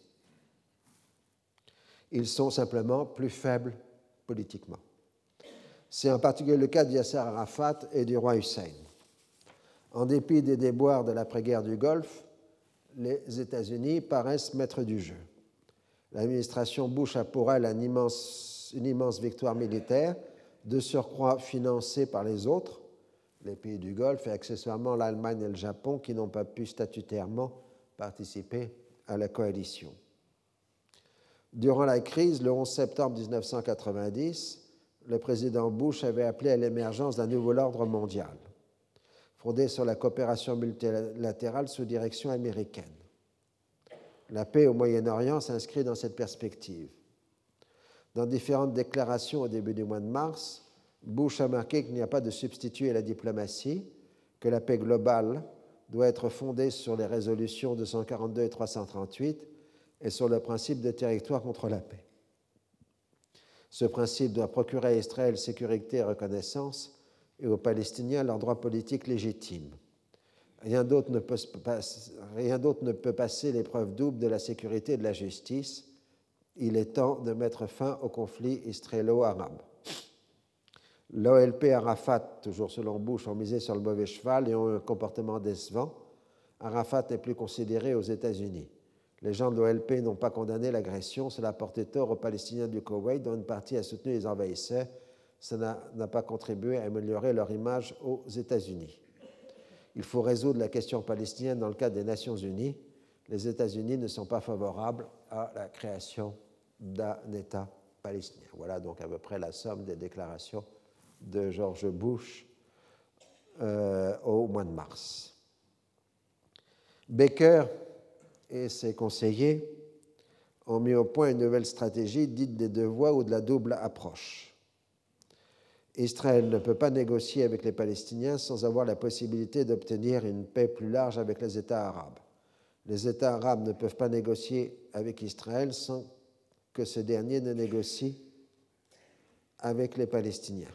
S2: Ils sont simplement plus faibles politiquement. C'est en particulier le cas de Yasser Arafat et du roi Hussein. En dépit des déboires de l'après-guerre du Golfe, les États-Unis paraissent maîtres du jeu. L'administration Bush a pour elle une immense victoire militaire, de surcroît financée par les autres, les pays du Golfe et accessoirement l'Allemagne et le Japon qui n'ont pas pu statutairement participer à la coalition. Durant la crise, le 11 septembre 1990, le président Bush avait appelé à l'émergence d'un nouvel ordre mondial, fondé sur la coopération multilatérale sous direction américaine. La paix au Moyen-Orient s'inscrit dans cette perspective. Dans différentes déclarations au début du mois de mars, Bush a marqué qu'il n'y a pas de substitut à la diplomatie, que la paix globale doit être fondée sur les résolutions 242 et 338 et sur le principe de territoire contre la paix. Ce principe doit procurer à Israël sécurité et reconnaissance et aux Palestiniens leurs droits politiques légitimes. Rien d'autre ne peut passer l'épreuve double de la sécurité et de la justice. Il est temps de mettre fin au conflit israélo-arabe. L'OLP et Arafat, toujours selon Bush, ont misé sur le mauvais cheval et ont eu un comportement décevant. Arafat n'est plus considéré aux États-Unis. Les gens de l'OLP n'ont pas condamné l'agression. Cela a porté tort aux Palestiniens du Koweït, dont une partie a soutenu les envahisseurs. Ça n'a pas contribué à améliorer leur image aux États-Unis. Il faut résoudre la question palestinienne dans le cadre des Nations Unies. Les États-Unis ne sont pas favorables à la création d'un État palestinien. Voilà donc à peu près la somme des déclarations de George Bush au mois de mars. Baker et ses conseillers ont mis au point une nouvelle stratégie dite des deux voies ou de la double approche. Israël ne peut pas négocier avec les Palestiniens sans avoir la possibilité d'obtenir une paix plus large avec les États arabes. Les États arabes ne peuvent pas négocier avec Israël sans que ce dernier ne négocie avec les Palestiniens.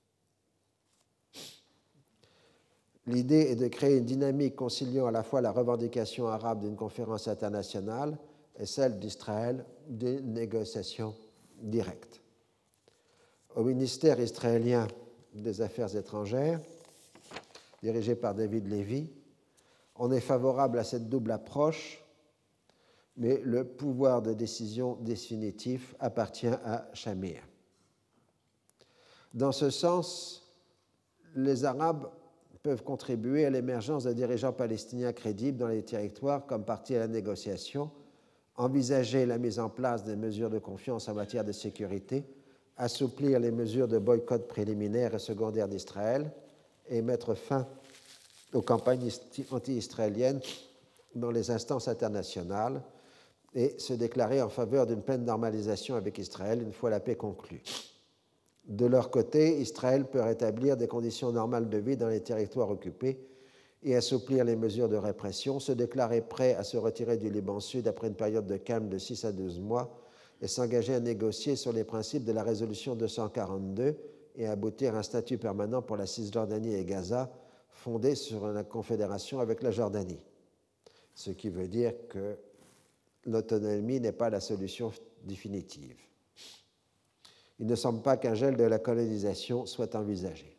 S2: L'idée est de créer une dynamique conciliant à la fois la revendication arabe d'une conférence internationale et celle d'Israël d'une négociation directe. Au ministère israélien des Affaires étrangères, dirigé par David Levy, on est favorable à cette double approche, mais le pouvoir de décision définitif appartient à Shamir. Dans ce sens, les Arabes peuvent contribuer à l'émergence de dirigeants palestiniens crédibles dans les territoires comme partie à la négociation, envisager la mise en place des mesures de confiance en matière de sécurité, assouplir les mesures de boycott préliminaires et secondaires d'Israël et mettre fin aux campagnes anti-israéliennes dans les instances internationales et se déclarer en faveur d'une pleine normalisation avec Israël une fois la paix conclue. De leur côté, Israël peut rétablir des conditions normales de vie dans les territoires occupés et assouplir les mesures de répression, se déclarer prêt à se retirer du Liban Sud après une période de calme de 6 à 12 mois et s'engager à négocier sur les principes de la résolution 242 et à aboutir à un statut permanent pour la Cisjordanie et Gaza, fondée sur la confédération avec la Jordanie, ce qui veut dire que l'autonomie n'est pas la solution définitive. Il ne semble pas qu'un gel de la colonisation soit envisagé.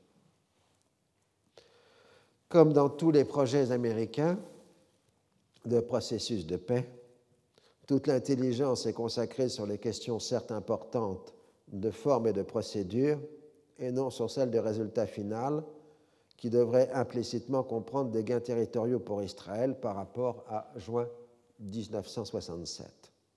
S2: Comme dans tous les projets américains de processus de paix, toute l'intelligence est consacrée sur les questions certes importantes de forme et de procédure, et non sur celles de résultat final, qui devrait implicitement comprendre des gains territoriaux pour Israël par rapport à juin 1967.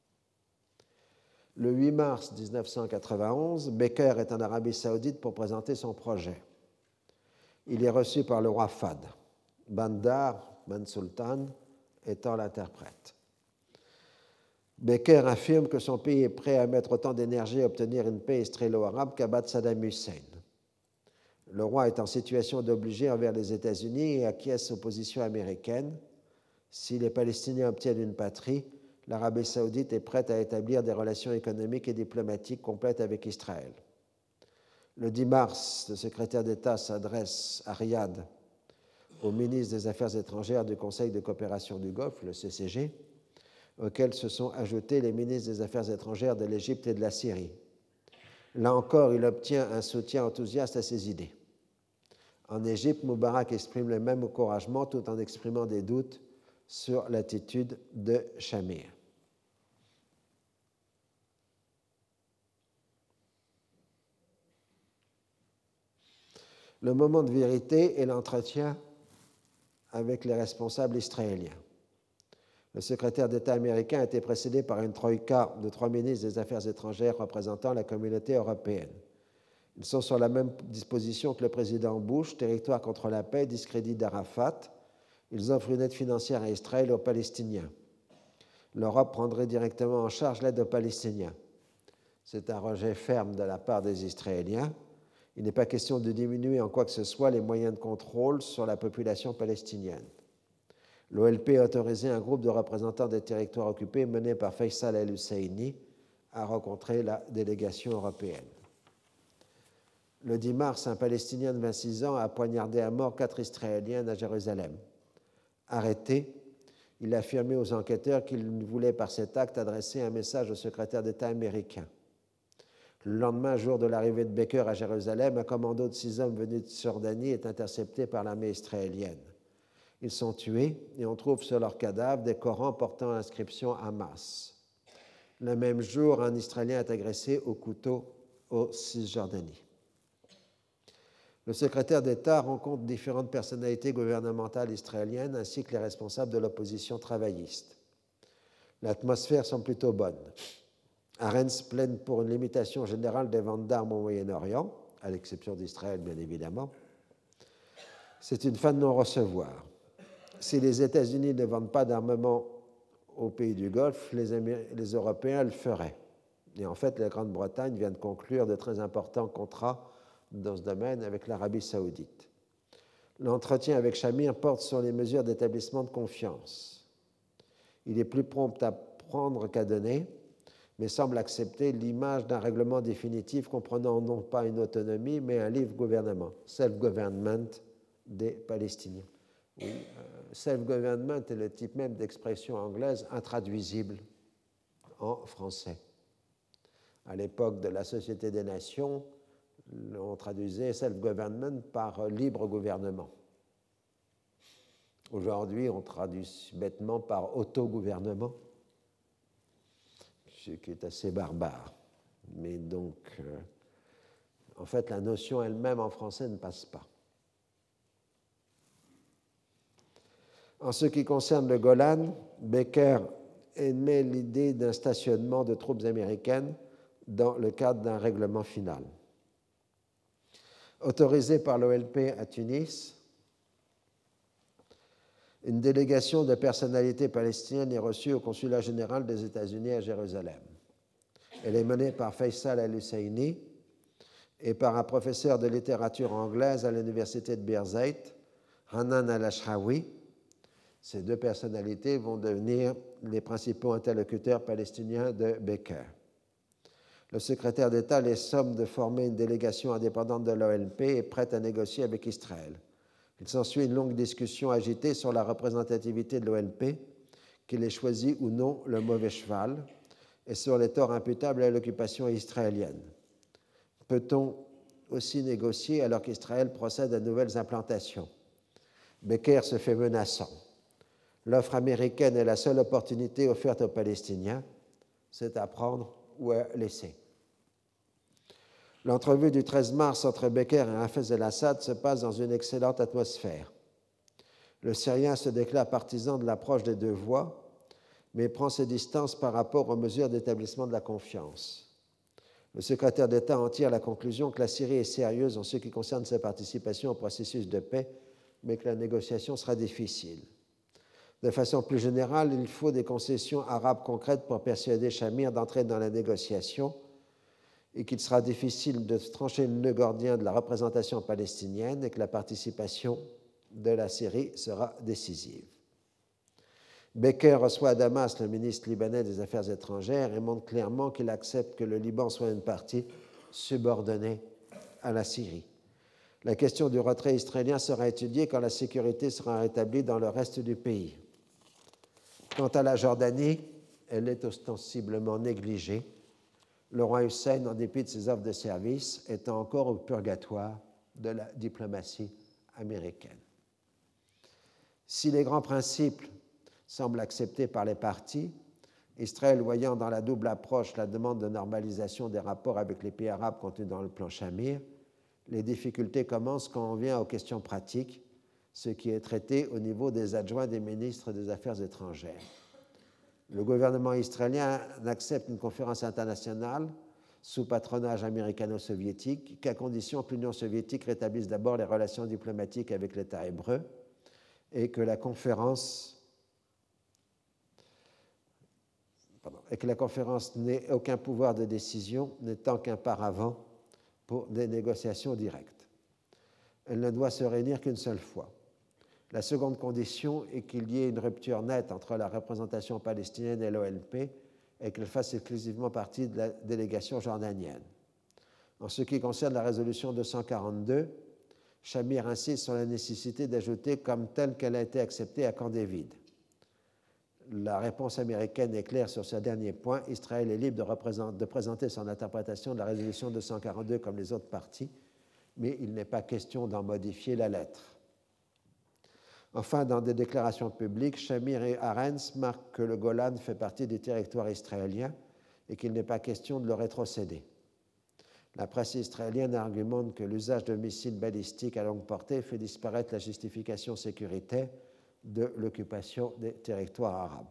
S2: Le 8 mars 1991, Becker est en Arabie saoudite pour présenter son projet. Il est reçu par le roi Fahd, Bandar Ben Sultan étant l'interprète. Becker affirme que son pays est prêt à mettre autant d'énergie à obtenir une paix israélo-arabe qu'abattre Saddam Hussein. Le roi est en situation d'obliger envers les États-Unis et acquiesce aux positions américaines. Si les Palestiniens obtiennent une patrie, l'Arabie saoudite est prête à établir des relations économiques et diplomatiques complètes avec Israël. Le 10 mars, le secrétaire d'État s'adresse à Riyad, au ministre des Affaires étrangères du Conseil de coopération du Golfe, le CCG, auxquels se sont ajoutés les ministres des Affaires étrangères de l'Égypte et de la Syrie. Là encore, il obtient un soutien enthousiaste à ses idées. En Égypte, Moubarak exprime le même encouragement tout en exprimant des doutes sur l'attitude de Shamir. Le moment de vérité est l'entretien avec les responsables israéliens. Le secrétaire d'État américain a été précédé par une troïka de 3 ministres des Affaires étrangères représentant la communauté européenne. Ils sont sur la même disposition que le président Bush, territoire contre la paix, discrédit d'Arafat. Ils offrent une aide financière à Israël et aux Palestiniens. L'Europe prendrait directement en charge l'aide aux Palestiniens. C'est un rejet ferme de la part des Israéliens. Il n'est pas question de diminuer en quoi que ce soit les moyens de contrôle sur la population palestinienne. L'OLP a autorisé un groupe de représentants des territoires occupés mené par Faisal el-Husseini à rencontrer la délégation européenne. Le 10 mars, un Palestinien de 26 ans a poignardé à mort 4 Israéliens à Jérusalem. Arrêté, il a affirmé aux enquêteurs qu'il voulait par cet acte adresser un message au secrétaire d'État américain. Le lendemain, jour de l'arrivée de Becker à Jérusalem, un commando de 6 hommes venus de Jordanie est intercepté par l'armée israélienne. Ils sont tués et on trouve sur leurs cadavres des Corans portant l'inscription Hamas. Le même jour, un Israélien est agressé au couteau au Cisjordanie. Le secrétaire d'État rencontre différentes personnalités gouvernementales israéliennes ainsi que les responsables de l'opposition travailliste. L'atmosphère semble plutôt bonne. Arens plaide pour une limitation générale des ventes d'armes au Moyen-Orient, à l'exception d'Israël, bien évidemment. C'est une fin de non-recevoir. Si les États-Unis ne vendent pas d'armement aux pays du Golfe, les Européens le feraient. Et en fait, la Grande-Bretagne vient de conclure de très importants contrats dans ce domaine avec l'Arabie saoudite. L'entretien avec Shamir porte sur les mesures d'établissement de confiance. Il est plus prompt à prendre qu'à donner, mais semble accepter l'image d'un règlement définitif comprenant non pas une autonomie, mais un libre gouvernement, self-government des Palestiniens. Oui, self-government est le type même d'expression anglaise intraduisible en français. À l'époque de la Société des Nations, on traduisait self-government par libre gouvernement. Aujourd'hui, on traduit bêtement par autogouvernement, ce qui est assez barbare. Mais donc, en fait, la notion elle-même en français ne passe pas. En ce qui concerne le Golan, Becker émet l'idée d'un stationnement de troupes américaines dans le cadre d'un règlement final. Autorisé par l'OLP à Tunis, une délégation de personnalités palestiniennes est reçue au consulat général des États-Unis à Jérusalem. Elle est menée par Faisal el-Husseini et par un professeur de littérature anglaise à l'université de Birzeit, Hanan al-Ashrawi. Ces 2 personnalités vont devenir les principaux interlocuteurs palestiniens de Becker. Le secrétaire d'État les somme de former une délégation indépendante de l'OLP et prête à négocier avec Israël. Il s'ensuit une longue discussion agitée sur la représentativité de l'OLP, qu'il ait choisi ou non le mauvais cheval, et sur les torts imputables à l'occupation israélienne. Peut-on aussi négocier alors qu'Israël procède à de nouvelles implantations? Becker se fait menaçant. L'offre américaine est la seule opportunité offerte aux Palestiniens, c'est à prendre ou à laisser. L'entrevue du 13 mars entre Becker et Hafez el-Assad se passe dans une excellente atmosphère. Le Syrien se déclare partisan de l'approche des deux voies, mais prend ses distances par rapport aux mesures d'établissement de la confiance. Le secrétaire d'État en tire la conclusion que la Syrie est sérieuse en ce qui concerne sa participation au processus de paix, mais que la négociation sera difficile. De façon plus générale, il faut des concessions arabes concrètes pour persuader Shamir d'entrer dans la négociation et qu'il sera difficile de trancher le nœud gordien de la représentation palestinienne et que la participation de la Syrie sera décisive. Becker reçoit à Damas le ministre libanais des Affaires étrangères et montre clairement qu'il accepte que le Liban soit une partie subordonnée à la Syrie. La question du retrait israélien sera étudiée quand la sécurité sera rétablie dans le reste du pays. Quant à la Jordanie, elle est ostensiblement négligée, le roi Hussein, en dépit de ses offres de service, étant encore au purgatoire de la diplomatie américaine. Si les grands principes semblent acceptés par les parties, Israël, voyant dans la double approche la demande de normalisation des rapports avec les pays arabes contenus dans le plan Shamir, les difficultés commencent quand on vient aux questions pratiques, ce qui est traité au niveau des adjoints des ministres des Affaires étrangères. Le gouvernement israélien n'accepte une conférence internationale sous patronage américano-soviétique qu'à condition que l'Union soviétique rétablisse d'abord les relations diplomatiques avec l'État hébreu et que la conférence n'ait aucun pouvoir de décision, n'étant qu'un paravent pour des négociations directes. Elle ne doit se réunir qu'une seule fois. La seconde condition est qu'il y ait une rupture nette entre la représentation palestinienne et l'OLP et qu'elle fasse exclusivement partie de la délégation jordanienne. En ce qui concerne la résolution 242, Shamir insiste sur la nécessité d'ajouter comme telle qu'elle a été acceptée à Camp David. La réponse américaine est claire sur ce dernier point. Israël est libre de présenter son interprétation de la résolution 242 comme les autres parties, mais il n'est pas question d'en modifier la lettre. Enfin, dans des déclarations publiques, Shamir et Arens marquent que le Golan fait partie du territoire israélien et qu'il n'est pas question de le rétrocéder. La presse israélienne argumente que l'usage de missiles balistiques à longue portée fait disparaître la justification sécuritaire de l'occupation des territoires arabes.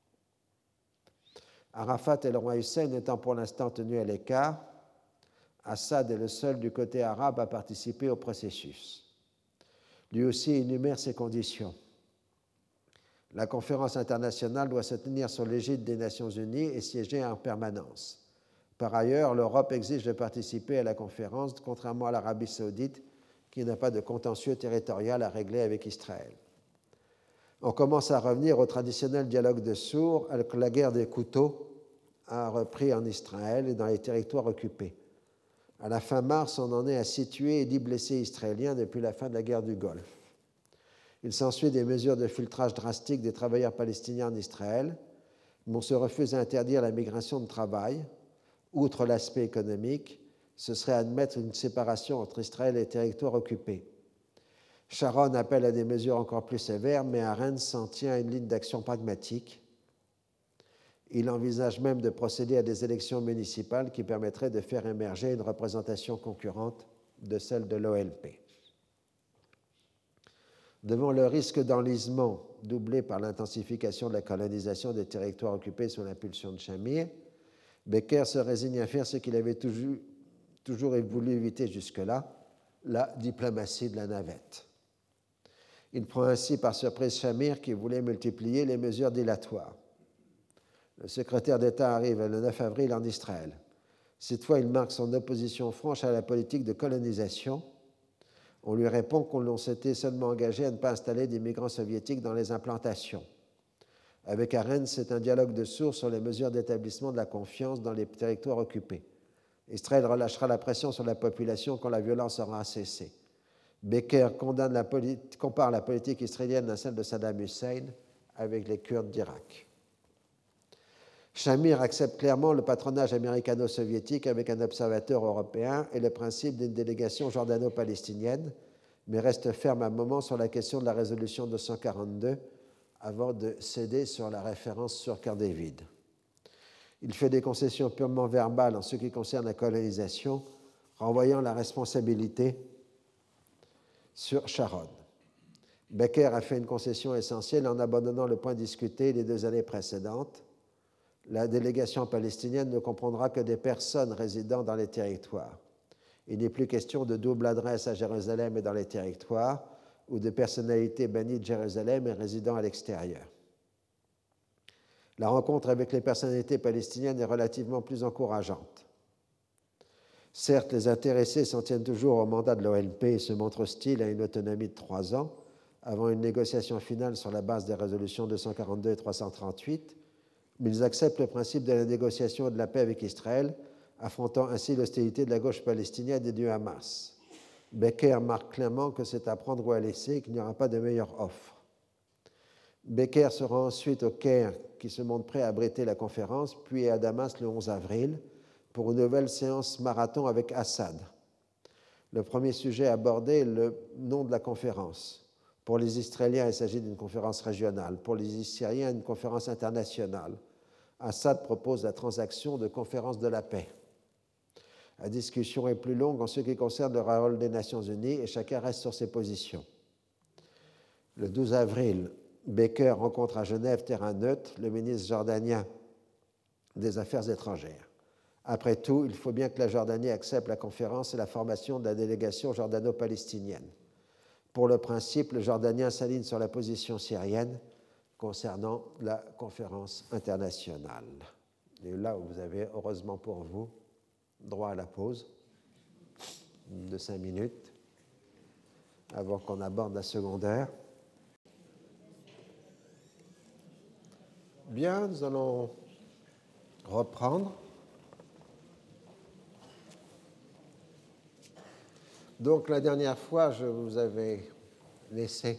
S2: Arafat et le roi Hussein étant pour l'instant tenus à l'écart, Assad est le seul du côté arabe à participer au processus. Lui aussi énumère ses conditions. La conférence internationale doit se tenir sous l'égide des Nations Unies et siéger en permanence. Par ailleurs, l'Europe exige de participer à la conférence, contrairement à l'Arabie saoudite, qui n'a pas de contentieux territorial à régler avec Israël. On commence à revenir au traditionnel dialogue de sourds, alors que la guerre des couteaux a repris en Israël et dans les territoires occupés. À la fin mars, on en est à 6 tués et 10 blessés israéliens depuis la fin de la guerre du Golfe. Il s'ensuit des mesures de filtrage drastiques des travailleurs palestiniens en Israël, mais on se refuse à interdire la migration de travail. Outre l'aspect économique, ce serait admettre une séparation entre Israël et les territoires occupés. Sharon appelle à des mesures encore plus sévères, mais Arens s'en tient à une ligne d'action pragmatique. Il envisage même de procéder à des élections municipales qui permettraient de faire émerger une représentation concurrente de celle de l'OLP. Devant le risque d'enlisement doublé par l'intensification de la colonisation des territoires occupés sous l'impulsion de Shamir, Becker se résigne à faire ce qu'il avait toujours voulu éviter jusque-là, la diplomatie de la navette. Il prend ainsi par surprise Shamir qui voulait multiplier les mesures dilatoires. Le secrétaire d'État arrive le 9 avril en Israël. Cette fois, il marque son opposition franche à la politique de colonisation. On lui répond qu'on s'était seulement engagé à ne pas installer d'immigrants soviétiques dans les implantations. Avec Arens, c'est un dialogue de sourds sur les mesures d'établissement de la confiance dans les territoires occupés. Israël relâchera la pression sur la population quand la violence aura cessé. Becker compare la politique israélienne à celle de Saddam Hussein avec les Kurdes d'Irak. Shamir accepte clairement le patronage américano-soviétique avec un observateur européen et le principe d'une délégation jordano-palestinienne, mais reste ferme à un moment sur la question de la résolution 242 avant de céder sur la référence sur Camp David. Il fait des concessions purement verbales en ce qui concerne la colonisation, renvoyant la responsabilité sur Sharon. Becker a fait une concession essentielle en abandonnant le point discuté les 2 années précédentes. La délégation palestinienne ne comprendra que des personnes résidant dans les territoires. Il n'est plus question de double adresse à Jérusalem et dans les territoires, ou de personnalités bannies de Jérusalem et résidant à l'extérieur. La rencontre avec les personnalités palestiniennes est relativement plus encourageante. Certes, les intéressés s'en tiennent toujours au mandat de l'OLP et se montrent hostiles à une autonomie de 3 ans, avant une négociation finale sur la base des résolutions 242 et 338, mais ils acceptent le principe de la négociation et de la paix avec Israël, affrontant ainsi l'hostilité de la gauche palestinienne et du Hamas. Becker marque clairement que c'est à prendre ou à laisser et qu'il n'y aura pas de meilleure offre. Becker se rend ensuite au Caire, qui se montre prêt à abriter la conférence, puis à Damas le 11 avril, pour une nouvelle séance marathon avec Assad. Le premier sujet abordé est le nom de la conférence. Pour les Israéliens, il s'agit d'une conférence régionale. Pour les Syriens, une conférence internationale. Assad propose la transaction de conférence de la paix. La discussion est plus longue en ce qui concerne le rôle des Nations Unies et chacun reste sur ses positions. Le 12 avril, Becker rencontre à Genève, terrain neutre, le ministre jordanien des Affaires étrangères. Après tout, il faut bien que la Jordanie accepte la conférence et la formation de la délégation jordano-palestinienne. Pour le principe, le Jordanien s'aligne sur la position syrienne concernant la conférence internationale. Et là où vous avez, heureusement pour vous, droit à la pause de 5 minutes avant qu'on aborde la secondaire. Bien, nous allons reprendre. Donc, la dernière fois, je vous avais laissé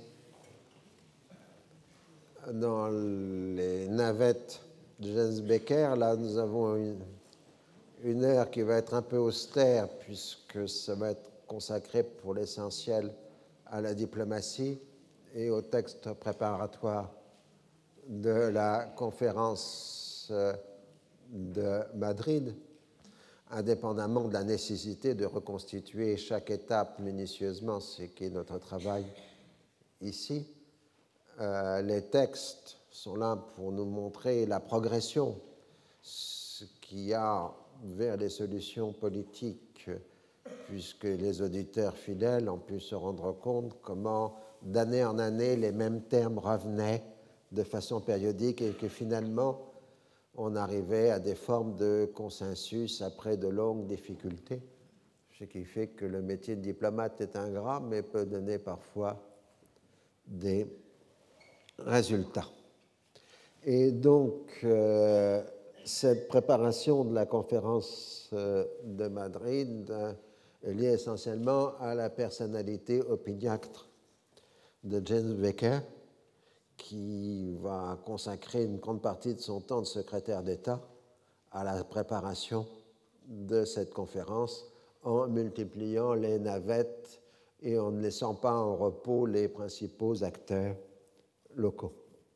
S2: dans les navettes de James Becker. Là, nous avons une heure qui va être un peu austère, puisque ça va être consacré pour l'essentiel à la diplomatie et au texte préparatoire de la conférence de Madrid, indépendamment de la nécessité de reconstituer chaque étape minutieusement, ce qui est notre travail ici. Les textes sont là pour nous montrer la progression, ce qu'il y a vers les solutions politiques, puisque les auditeurs fidèles ont pu se rendre compte comment, d'année en année, les mêmes termes revenaient de façon périodique et que finalement, on arrivait à des formes de consensus après de longues difficultés, ce qui fait que le métier de diplomate est ingrat, mais peut donner parfois des résultats. Et donc, cette préparation de la conférence de Madrid est liée essentiellement à la personnalité opiniâtre de James Becker, qui va consacrer une grande partie de son temps de secrétaire d'État à la préparation de cette conférence en multipliant les navettes et en ne laissant pas en repos les principaux acteurs locaux.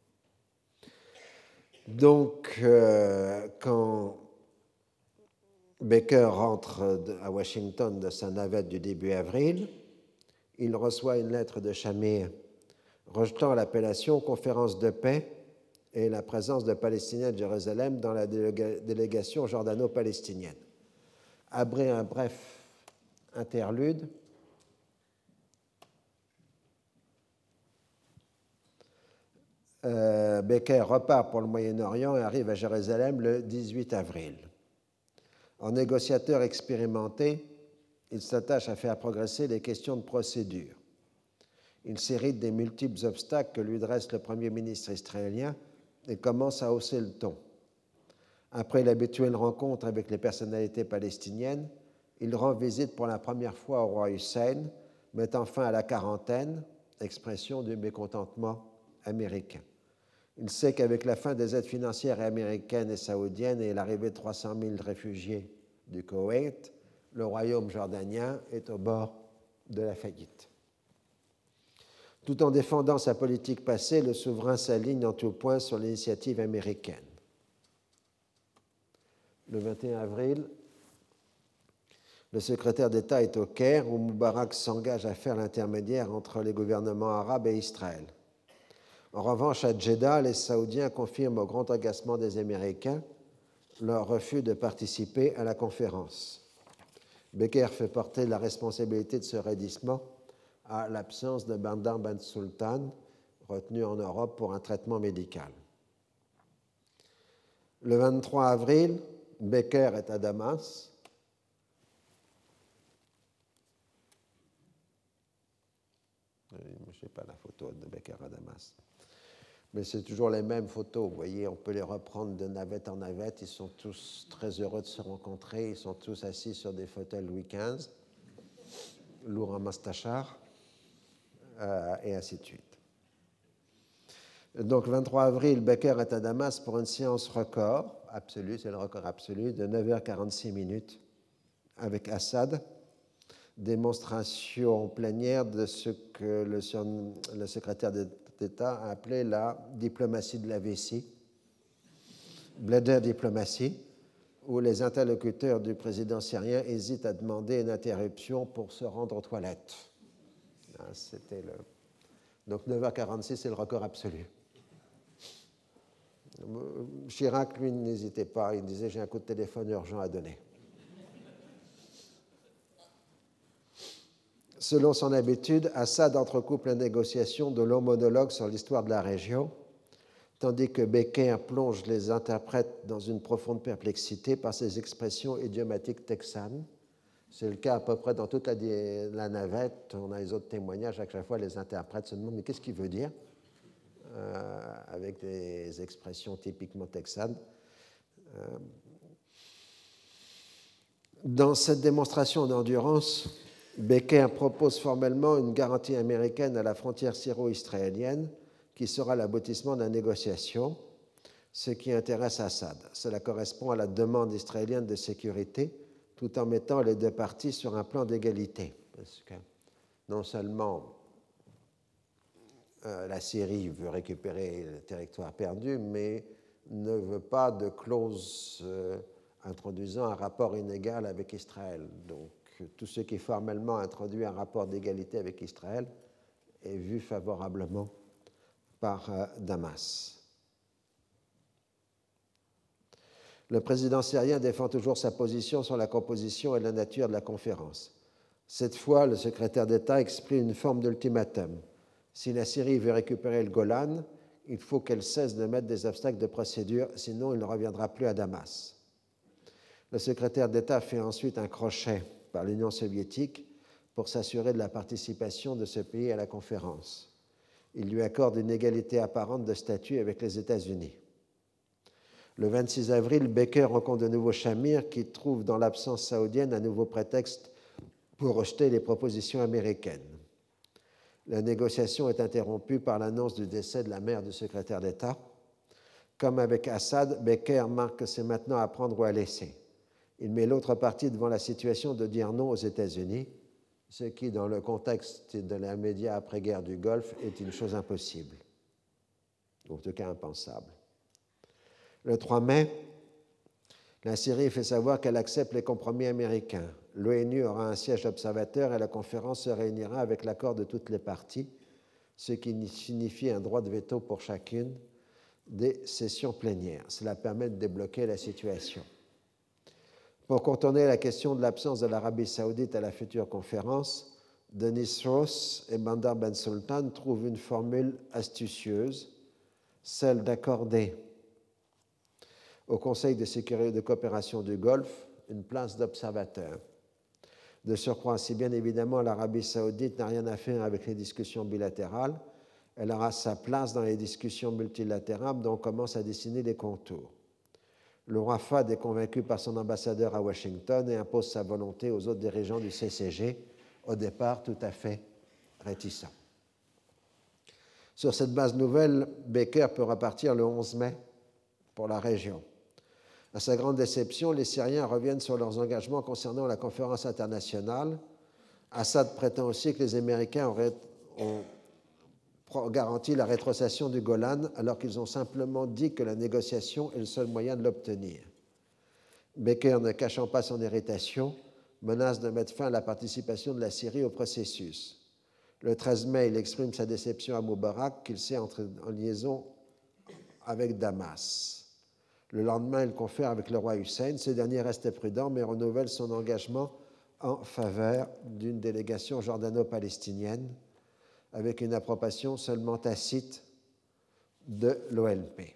S2: Donc, quand Becker rentre à Washington de sa navette du début avril, il reçoit une lettre de Shamir rejetant l'appellation conférence de paix et la présence de Palestiniens de Jérusalem dans la délégation jordano-palestinienne. Après un bref interlude, Becker repart pour le Moyen-Orient et arrive à Jérusalem le 18 avril. En négociateur expérimenté, il s'attache à faire progresser les questions de procédure. Il s'hérite des multiples obstacles que lui dresse le Premier ministre israélien et commence à hausser le ton. Après l'habituelle rencontre avec les personnalités palestiniennes, il rend visite pour la première fois au roi Hussein, mettant fin à la quarantaine, expression du mécontentement américain. Il sait qu'avec la fin des aides financières américaines et saoudiennes et l'arrivée de 300 000 réfugiés du Koweït, le royaume jordanien est au bord de la faillite. Tout en défendant sa politique passée, le souverain s'aligne en tout point sur l'initiative américaine. Le 21 avril, le secrétaire d'État est au Caire où Moubarak s'engage à faire l'intermédiaire entre les gouvernements arabes et Israël. En revanche, à Jeddah, les Saoudiens confirment au grand agacement des Américains leur refus de participer à la conférence. Becker fait porter la responsabilité de ce raidissement à l'absence de Bandar Ben Sultan, retenu en Europe pour un traitement médical. Le 23 avril, Becker est à Damas. Je ne sais pas la photo de Becker à Damas. Mais c'est toujours les mêmes photos. Vous voyez, on peut les reprendre de navette en navette. Ils sont tous très heureux de se rencontrer. Ils sont tous assis sur des fauteuils Louis XV, lourds en mastachar, et ainsi de suite. Donc, 23 avril, Becker est à Damas pour une séance record absolue, c'est le record absolu, de 9h46 minutes avec Assad. Démonstration plénière de ce que le secrétaire d'État a appelé la diplomatie de la vessie, bladder diplomatie, où les interlocuteurs du président syrien hésitent à demander une interruption pour se rendre aux toilettes. C'était le... Donc 9h46, c'est le record absolu. Chirac, lui, n'hésitait pas. Il disait « j'ai un coup de téléphone urgent à donner ». Selon son habitude, Assad entrecoupe la négociation de longs monologues sur l'histoire de la région, tandis que Becker plonge les interprètes dans une profonde perplexité par ses expressions idiomatiques texanes. C'est le cas à peu près dans toute la navette. On a les autres témoignages. À chaque fois, les interprètes se demandent « mais qu'est-ce qu'il veut dire ?» avec des expressions typiquement texanes. Dans cette démonstration d'endurance, Becker propose formellement une garantie américaine à la frontière syro-israélienne qui sera l'aboutissement de la négociation, ce qui intéresse Assad. Cela correspond à la demande israélienne de sécurité tout en mettant les deux parties sur un plan d'égalité. Parce que non seulement la Syrie veut récupérer le territoire perdu, mais ne veut pas de clause introduisant un rapport inégal avec Israël. Donc, tout ce qui formellement introduit un rapport d'égalité avec Israël est vu favorablement par Damas. Le président syrien défend toujours sa position sur la composition et la nature de la conférence. Cette fois, le secrétaire d'État exprime une forme d'ultimatum. Si la Syrie veut récupérer le Golan, il faut qu'elle cesse de mettre des obstacles de procédure, sinon il ne reviendra plus à Damas. Le secrétaire d'État fait ensuite un crochet par l'Union soviétique pour s'assurer de la participation de ce pays à la conférence. Il lui accorde une égalité apparente de statut avec les États-Unis. Le 26 avril, Becker rencontre de nouveau Shamir qui trouve dans l'absence saoudienne un nouveau prétexte pour rejeter les propositions américaines. La négociation est interrompue par l'annonce du décès de la mère du secrétaire d'État. Comme avec Assad, Becker marque que c'est maintenant à prendre ou à laisser. Il met l'autre partie devant la situation de dire non aux États-Unis, ce qui, dans le contexte de la média après-guerre du Golfe, est une chose impossible, ou en tout cas impensable. Le 3 mai, la Syrie fait savoir qu'elle accepte les compromis américains. L'ONU aura un siège observateur et la conférence se réunira avec l'accord de toutes les parties, ce qui signifie un droit de veto pour chacune des sessions plénières. Cela permet de débloquer la situation. Pour contourner la question de l'absence de l'Arabie saoudite à la future conférence, Denis Ross et Bandar Ben Sultan trouvent une formule astucieuse, celle d'accorder au Conseil de sécurité et de coopération du Golfe une place d'observateur. De surcroît, si bien évidemment l'Arabie saoudite n'a rien à faire avec les discussions bilatérales, elle aura sa place dans les discussions multilatérales dont on commence à dessiner les contours. Le roi Fahd est convaincu par son ambassadeur à Washington et impose sa volonté aux autres dirigeants du CCG, au départ tout à fait réticents. Sur cette base nouvelle, Baker peut repartir le 11 mai pour la région. À sa grande déception, les Syriens reviennent sur leurs engagements concernant la conférence internationale. Assad prétend aussi que les Américains ont garanti la rétrocession du Golan alors qu'ils ont simplement dit que la négociation est le seul moyen de l'obtenir. Baker, ne cachant pas son irritation, menace de mettre fin à la participation de la Syrie au processus. Le 13 mai, il exprime sa déception à Moubarak qu'il sait entrer en liaison avec Damas. Le lendemain, il confère avec le roi Hussein. Ce dernier reste prudent mais renouvelle son engagement en faveur d'une délégation jordano-palestinienne avec une approbation seulement tacite de l'OLP.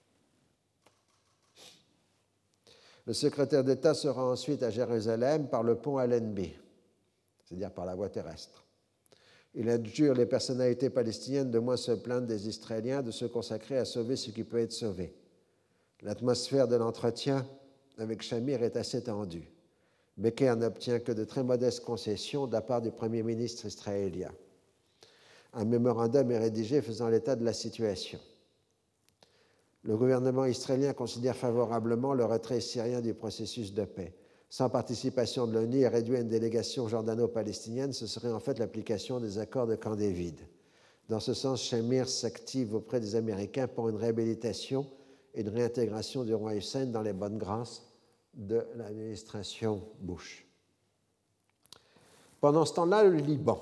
S2: Le secrétaire d'État se rend ensuite à Jérusalem par le pont Allenby, c'est-à-dire par la voie terrestre. Il adjure les personnalités palestiniennes de moins se plaindre des Israéliens, de se consacrer à sauver ce qui peut être sauvé. L'atmosphère de l'entretien avec Shamir est assez tendue. Baker n'obtient que de très modestes concessions de la part du Premier ministre israélien. Un mémorandum est rédigé faisant l'état de la situation. Le gouvernement israélien considère favorablement le retrait syrien du processus de paix. Sans participation de l'ONU et réduit à une délégation jordano-palestinienne, ce serait en fait l'application des accords de Camp David. Dans ce sens, Shamir s'active auprès des Américains pour une réhabilitation et une réintégration du roi Hussein dans les bonnes grâces de l'administration Bush. Pendant ce temps-là, le Liban.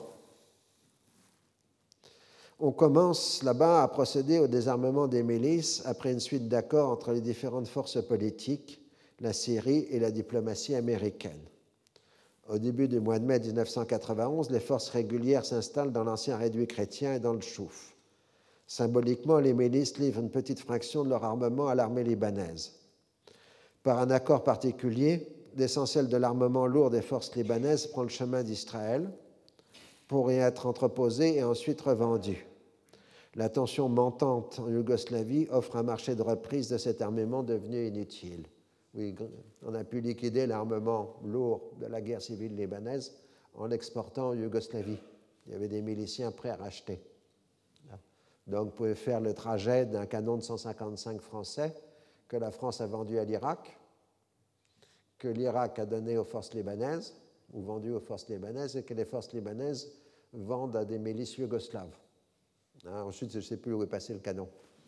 S2: On commence là-bas à procéder au désarmement des milices après une suite d'accords entre les différentes forces politiques, la Syrie et la diplomatie américaine. Au début du mois de mai 1991, les forces régulières s'installent dans l'ancien réduit chrétien et dans le Chouf. Symboliquement, les milices livrent une petite fraction de leur armement à l'armée libanaise. Par un accord particulier, l'essentiel de l'armement lourd des forces libanaises prend le chemin d'Israël pour y être entreposé et ensuite revendu. La tension montante en Yougoslavie offre un marché de reprise de cet armement devenu inutile. Oui, on a pu liquider l'armement lourd de la guerre civile libanaise en l'exportant en Yougoslavie. Il y avait des miliciens prêts à racheter. Donc, vous pouvez faire le trajet d'un canon de 155 français que la France a vendu à l'Irak, que l'Irak a donné aux forces libanaises, ou vendu aux forces libanaises, et que les forces libanaises vendent à des milices yougoslaves. Ensuite, je ne sais plus où est passé le canon.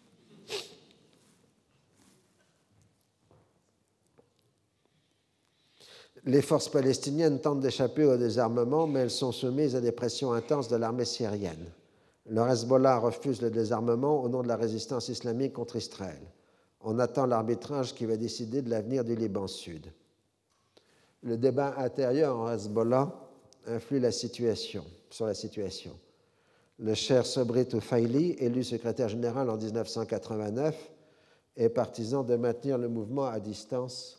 S2: Les forces palestiniennes tentent d'échapper au désarmement, mais elles sont soumises à des pressions intenses de l'armée syrienne. Le Hezbollah refuse le désarmement au nom de la résistance islamique contre Israël. On attend l'arbitrage qui va décider de l'avenir du Liban Sud. Le débat intérieur en Hezbollah influe sur la situation. Le cheikh Sobri Toufaili, élu secrétaire général en 1989, est partisan de maintenir le mouvement à distance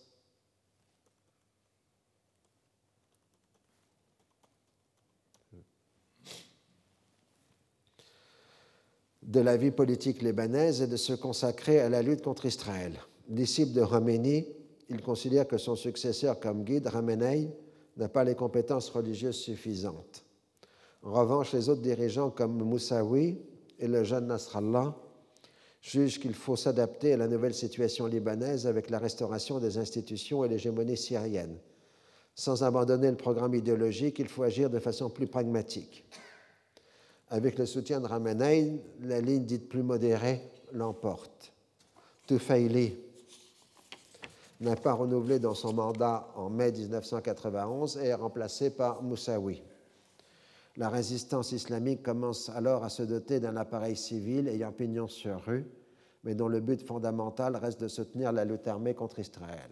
S2: de la vie politique libanaise et de se consacrer à la lutte contre Israël. Disciple de Khomeini, il considère que son successeur comme guide, Khamenei, n'a pas les compétences religieuses suffisantes. En revanche, les autres dirigeants comme Moussaoui et le jeune Nasrallah jugent qu'il faut s'adapter à la nouvelle situation libanaise avec la restauration des institutions et l'hégémonie syrienne. Sans abandonner le programme idéologique, il faut agir de façon plus pragmatique. Avec le soutien de Khamenei, la ligne dite plus modérée l'emporte. Toufaili n'a pas renouvelé dans son mandat en mai 1991 et est remplacé par Moussaoui. La résistance islamique commence alors à se doter d'un appareil civil ayant pignon sur rue, mais dont le but fondamental reste de soutenir la lutte armée contre Israël.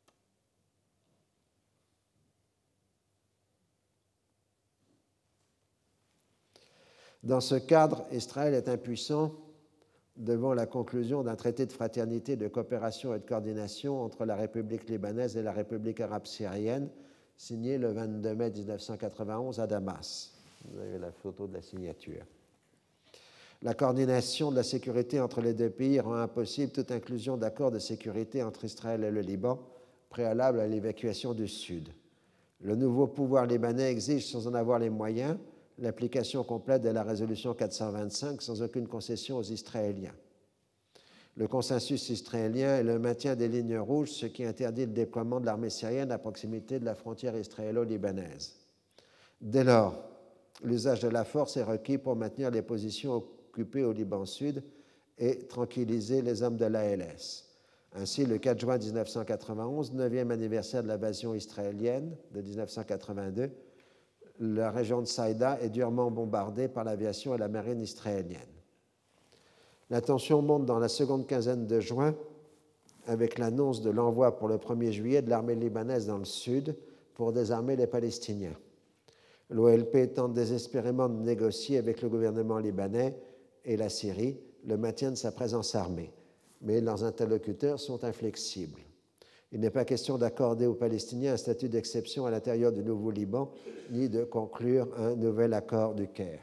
S2: Dans ce cadre, Israël est impuissant devant la conclusion d'un traité de fraternité, de coopération et de coordination entre la République libanaise et la République arabe syrienne, signé le 22 mai 1991 à Damas. Vous avez la photo de la signature. La coordination de la sécurité entre les deux pays rend impossible toute inclusion d'accords de sécurité entre Israël et le Liban, préalable à l'évacuation du Sud. Le nouveau pouvoir libanais exige, sans en avoir les moyens, l'application complète de la résolution 425 sans aucune concession aux Israéliens. Le consensus israélien est le maintien des lignes rouges, ce qui interdit le déploiement de l'armée syrienne à proximité de la frontière israélo-libanaise. Dès lors, l'usage de la force est requis pour maintenir les positions occupées au Liban Sud et tranquilliser les hommes de l'ALS. Ainsi, le 4 juin 1991, 9e anniversaire de l'invasion israélienne de 1982, la région de Saïda est durement bombardée par l'aviation et la marine israélienne. La tension monte dans la seconde quinzaine de juin avec l'annonce de l'envoi pour le 1er juillet de l'armée libanaise dans le sud pour désarmer les Palestiniens. L'OLP tente désespérément de négocier avec le gouvernement libanais et la Syrie le maintien de sa présence armée, mais leurs interlocuteurs sont inflexibles. Il n'est pas question d'accorder aux Palestiniens un statut d'exception à l'intérieur du nouveau Liban, ni de conclure un nouvel accord du Caire.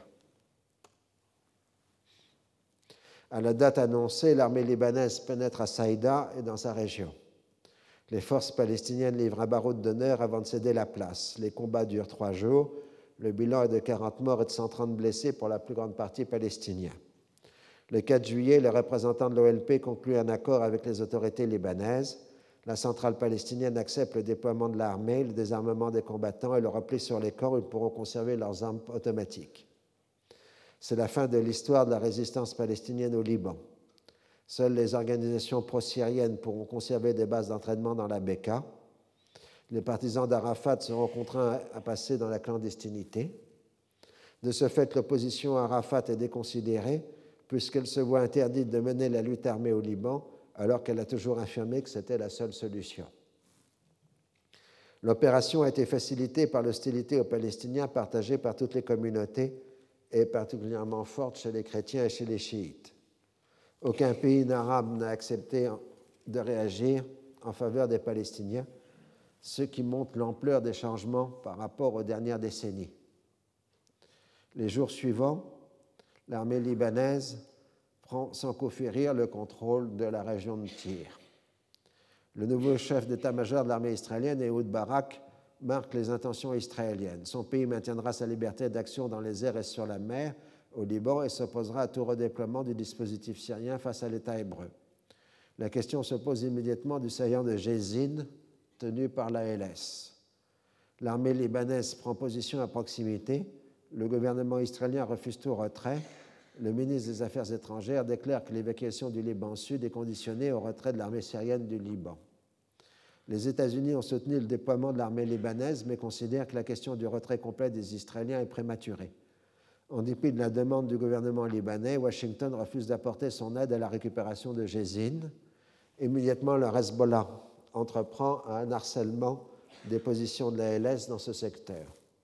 S2: À la date annoncée, l'armée libanaise pénètre à Saïda et dans sa région. Les forces palestiniennes livrent un baroud d'honneur avant de céder la place. Les combats durent 3 jours. Le bilan est de 40 morts et de 130 blessés pour la plus grande partie palestiniens. Le 4 juillet, les représentants de l'OLP concluent un accord avec les autorités libanaises. La centrale palestinienne accepte le déploiement de l'armée, le désarmement des combattants et le repli sur les camps où ils pourront conserver leurs armes automatiques. C'est la fin de l'histoire de la résistance palestinienne au Liban. Seules les organisations pro-syriennes pourront conserver des bases d'entraînement dans la Beka. Les partisans d'Arafat seront contraints à passer dans la clandestinité. De ce fait, l'opposition à Arafat est déconsidérée puisqu'elle se voit interdite de mener la lutte armée au Liban alors qu'elle a toujours affirmé que c'était la seule solution. L'opération a été facilitée par l'hostilité aux Palestiniens partagée par toutes les communautés et particulièrement forte chez les chrétiens et chez les chiites. Aucun pays arabe n'a accepté de réagir en faveur des Palestiniens, ce qui montre l'ampleur des changements par rapport aux dernières décennies. Les jours suivants, l'armée libanaise prend sans coup férir le contrôle de la région de Tyr. Le nouveau chef d'état-major de l'armée israélienne, Ehud Barak, marque les intentions israéliennes. Son pays maintiendra sa liberté d'action dans les airs et sur la mer au Liban et s'opposera à tout redéploiement du dispositif syrien face à l'État hébreu. La question se pose immédiatement du saillant de Jézine, tenu par l'ALS. L'armée libanaise prend position à proximité. Le gouvernement israélien refuse tout retrait. Le ministre des Affaires étrangères déclare que l'évacuation du Liban Sud est conditionnée au retrait de l'armée syrienne du Liban. Les États-Unis ont soutenu le déploiement de l'armée libanaise, mais considèrent que la question du retrait complet des Israéliens est prématurée. En dépit de la demande du gouvernement libanais, Washington refuse d'apporter son aide à la récupération de Jézine. Immédiatement, le Hezbollah entreprend un harcèlement des positions de l'ALS dans ce secteur.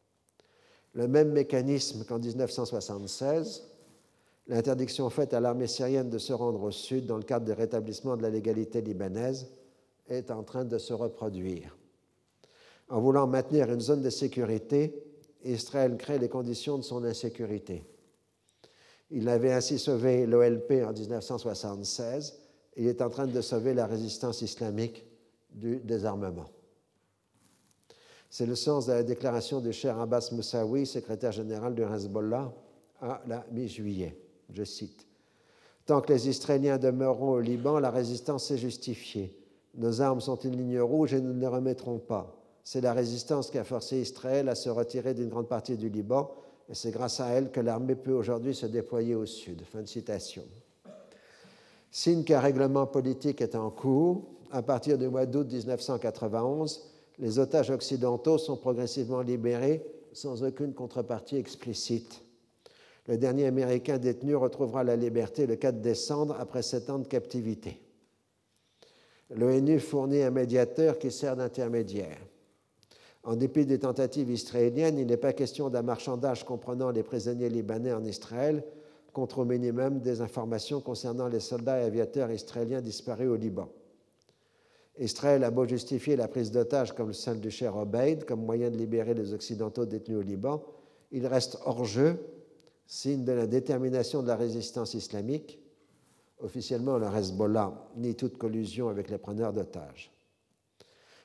S2: Le même mécanisme qu'en 1976, l'interdiction faite à l'armée syrienne de se rendre au sud dans le cadre du rétablissement de la légalité libanaise est en train de se reproduire. En voulant maintenir une zone de sécurité, Israël crée les conditions de son insécurité. Il avait ainsi sauvé l'OLP en 1976 et il est en train de sauver la résistance islamique du désarmement. C'est le sens de la déclaration du Cheikh Abbas Moussaoui, secrétaire général du Hezbollah, à la mi-juillet. Je cite : « Tant que les Israéliens demeureront au Liban, la résistance est justifiée. Nos armes sont une ligne rouge et nous ne les remettrons pas. C'est la résistance qui a forcé Israël à se retirer d'une grande partie du Liban et c'est grâce à elle que l'armée peut aujourd'hui se déployer au sud. » Fin de citation. Signe qu'un règlement politique est en cours, à partir du mois d'août 1991, les otages occidentaux sont progressivement libérés sans aucune contrepartie explicite. Le dernier Américain détenu retrouvera la liberté le 4 décembre après 7 ans de captivité. L'ONU fournit un médiateur qui sert d'intermédiaire. En dépit des tentatives israéliennes, il n'est pas question d'un marchandage comprenant les prisonniers libanais en Israël contre au minimum des informations concernant les soldats et aviateurs israéliens disparus au Liban. Israël a beau justifier la prise d'otages comme celle du Cheikh Obeid comme moyen de libérer les Occidentaux détenus au Liban, il reste hors jeu, signe de la détermination de la résistance islamique. Officiellement, le Hezbollah nie toute collusion avec les preneurs d'otages.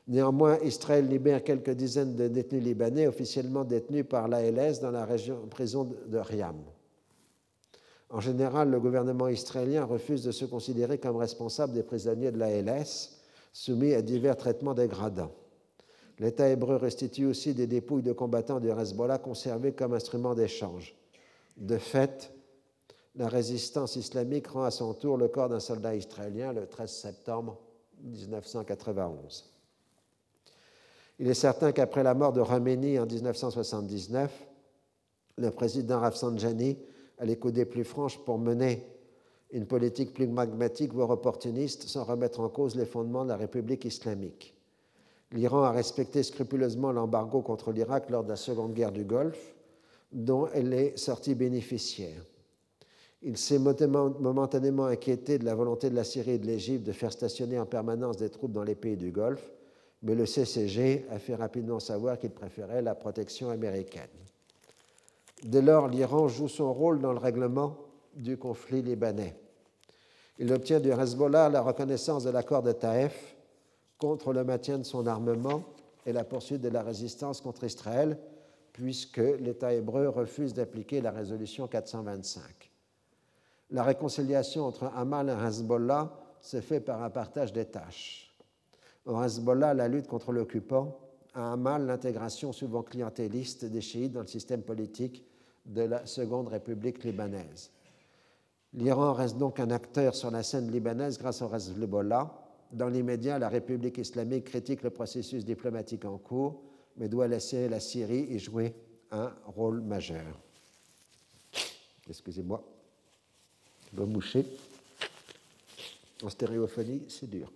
S2: Néanmoins, Israël libère quelques dizaines de détenus libanais officiellement détenus par l'ALS dans la prison de Riam. En général, le gouvernement israélien refuse de se considérer comme responsable des prisonniers de l'ALS, soumis à divers traitements dégradants. L'État hébreu restitue aussi des dépouilles de combattants du Hezbollah conservées comme instruments d'échange. De fait, la résistance islamique rend à son tour le corps d'un soldat israélien le 13 septembre 1991. Il est certain qu'après la mort de Khomeini en 1979, le président Rafsanjani a les coups des plus franches pour mener une politique plus pragmatique, voire opportuniste, sans remettre en cause les fondements de la République islamique. L'Iran a respecté scrupuleusement l'embargo contre l'Irak lors de la Seconde Guerre du Golfe, dont elle est sortie bénéficiaire. Il s'est momentanément inquiété de la volonté de la Syrie et de l'Égypte de faire stationner en permanence des troupes dans les pays du Golfe, mais le CCG a fait rapidement savoir qu'il préférait la protection américaine. Dès lors, l'Iran joue son rôle dans le règlement du conflit libanais. Il obtient du Hezbollah la reconnaissance de l'accord de Taïf contre le maintien de son armement et la poursuite de la résistance contre Israël, puisque l'État hébreu refuse d'appliquer la résolution 425. La réconciliation entre Hamas et Hezbollah se fait par un partage des tâches. Au Hezbollah, la lutte contre l'occupant, à Hamas, l'intégration souvent clientéliste des chiites dans le système politique de la Seconde République libanaise. L'Iran reste donc un acteur sur la scène libanaise grâce au Hezbollah. Dans l'immédiat, la République islamique critique le processus diplomatique en cours, mais doit laisser la Syrie y jouer un rôle majeur. Excusez-moi, je vais moucher. En stéréophonie, c'est dur.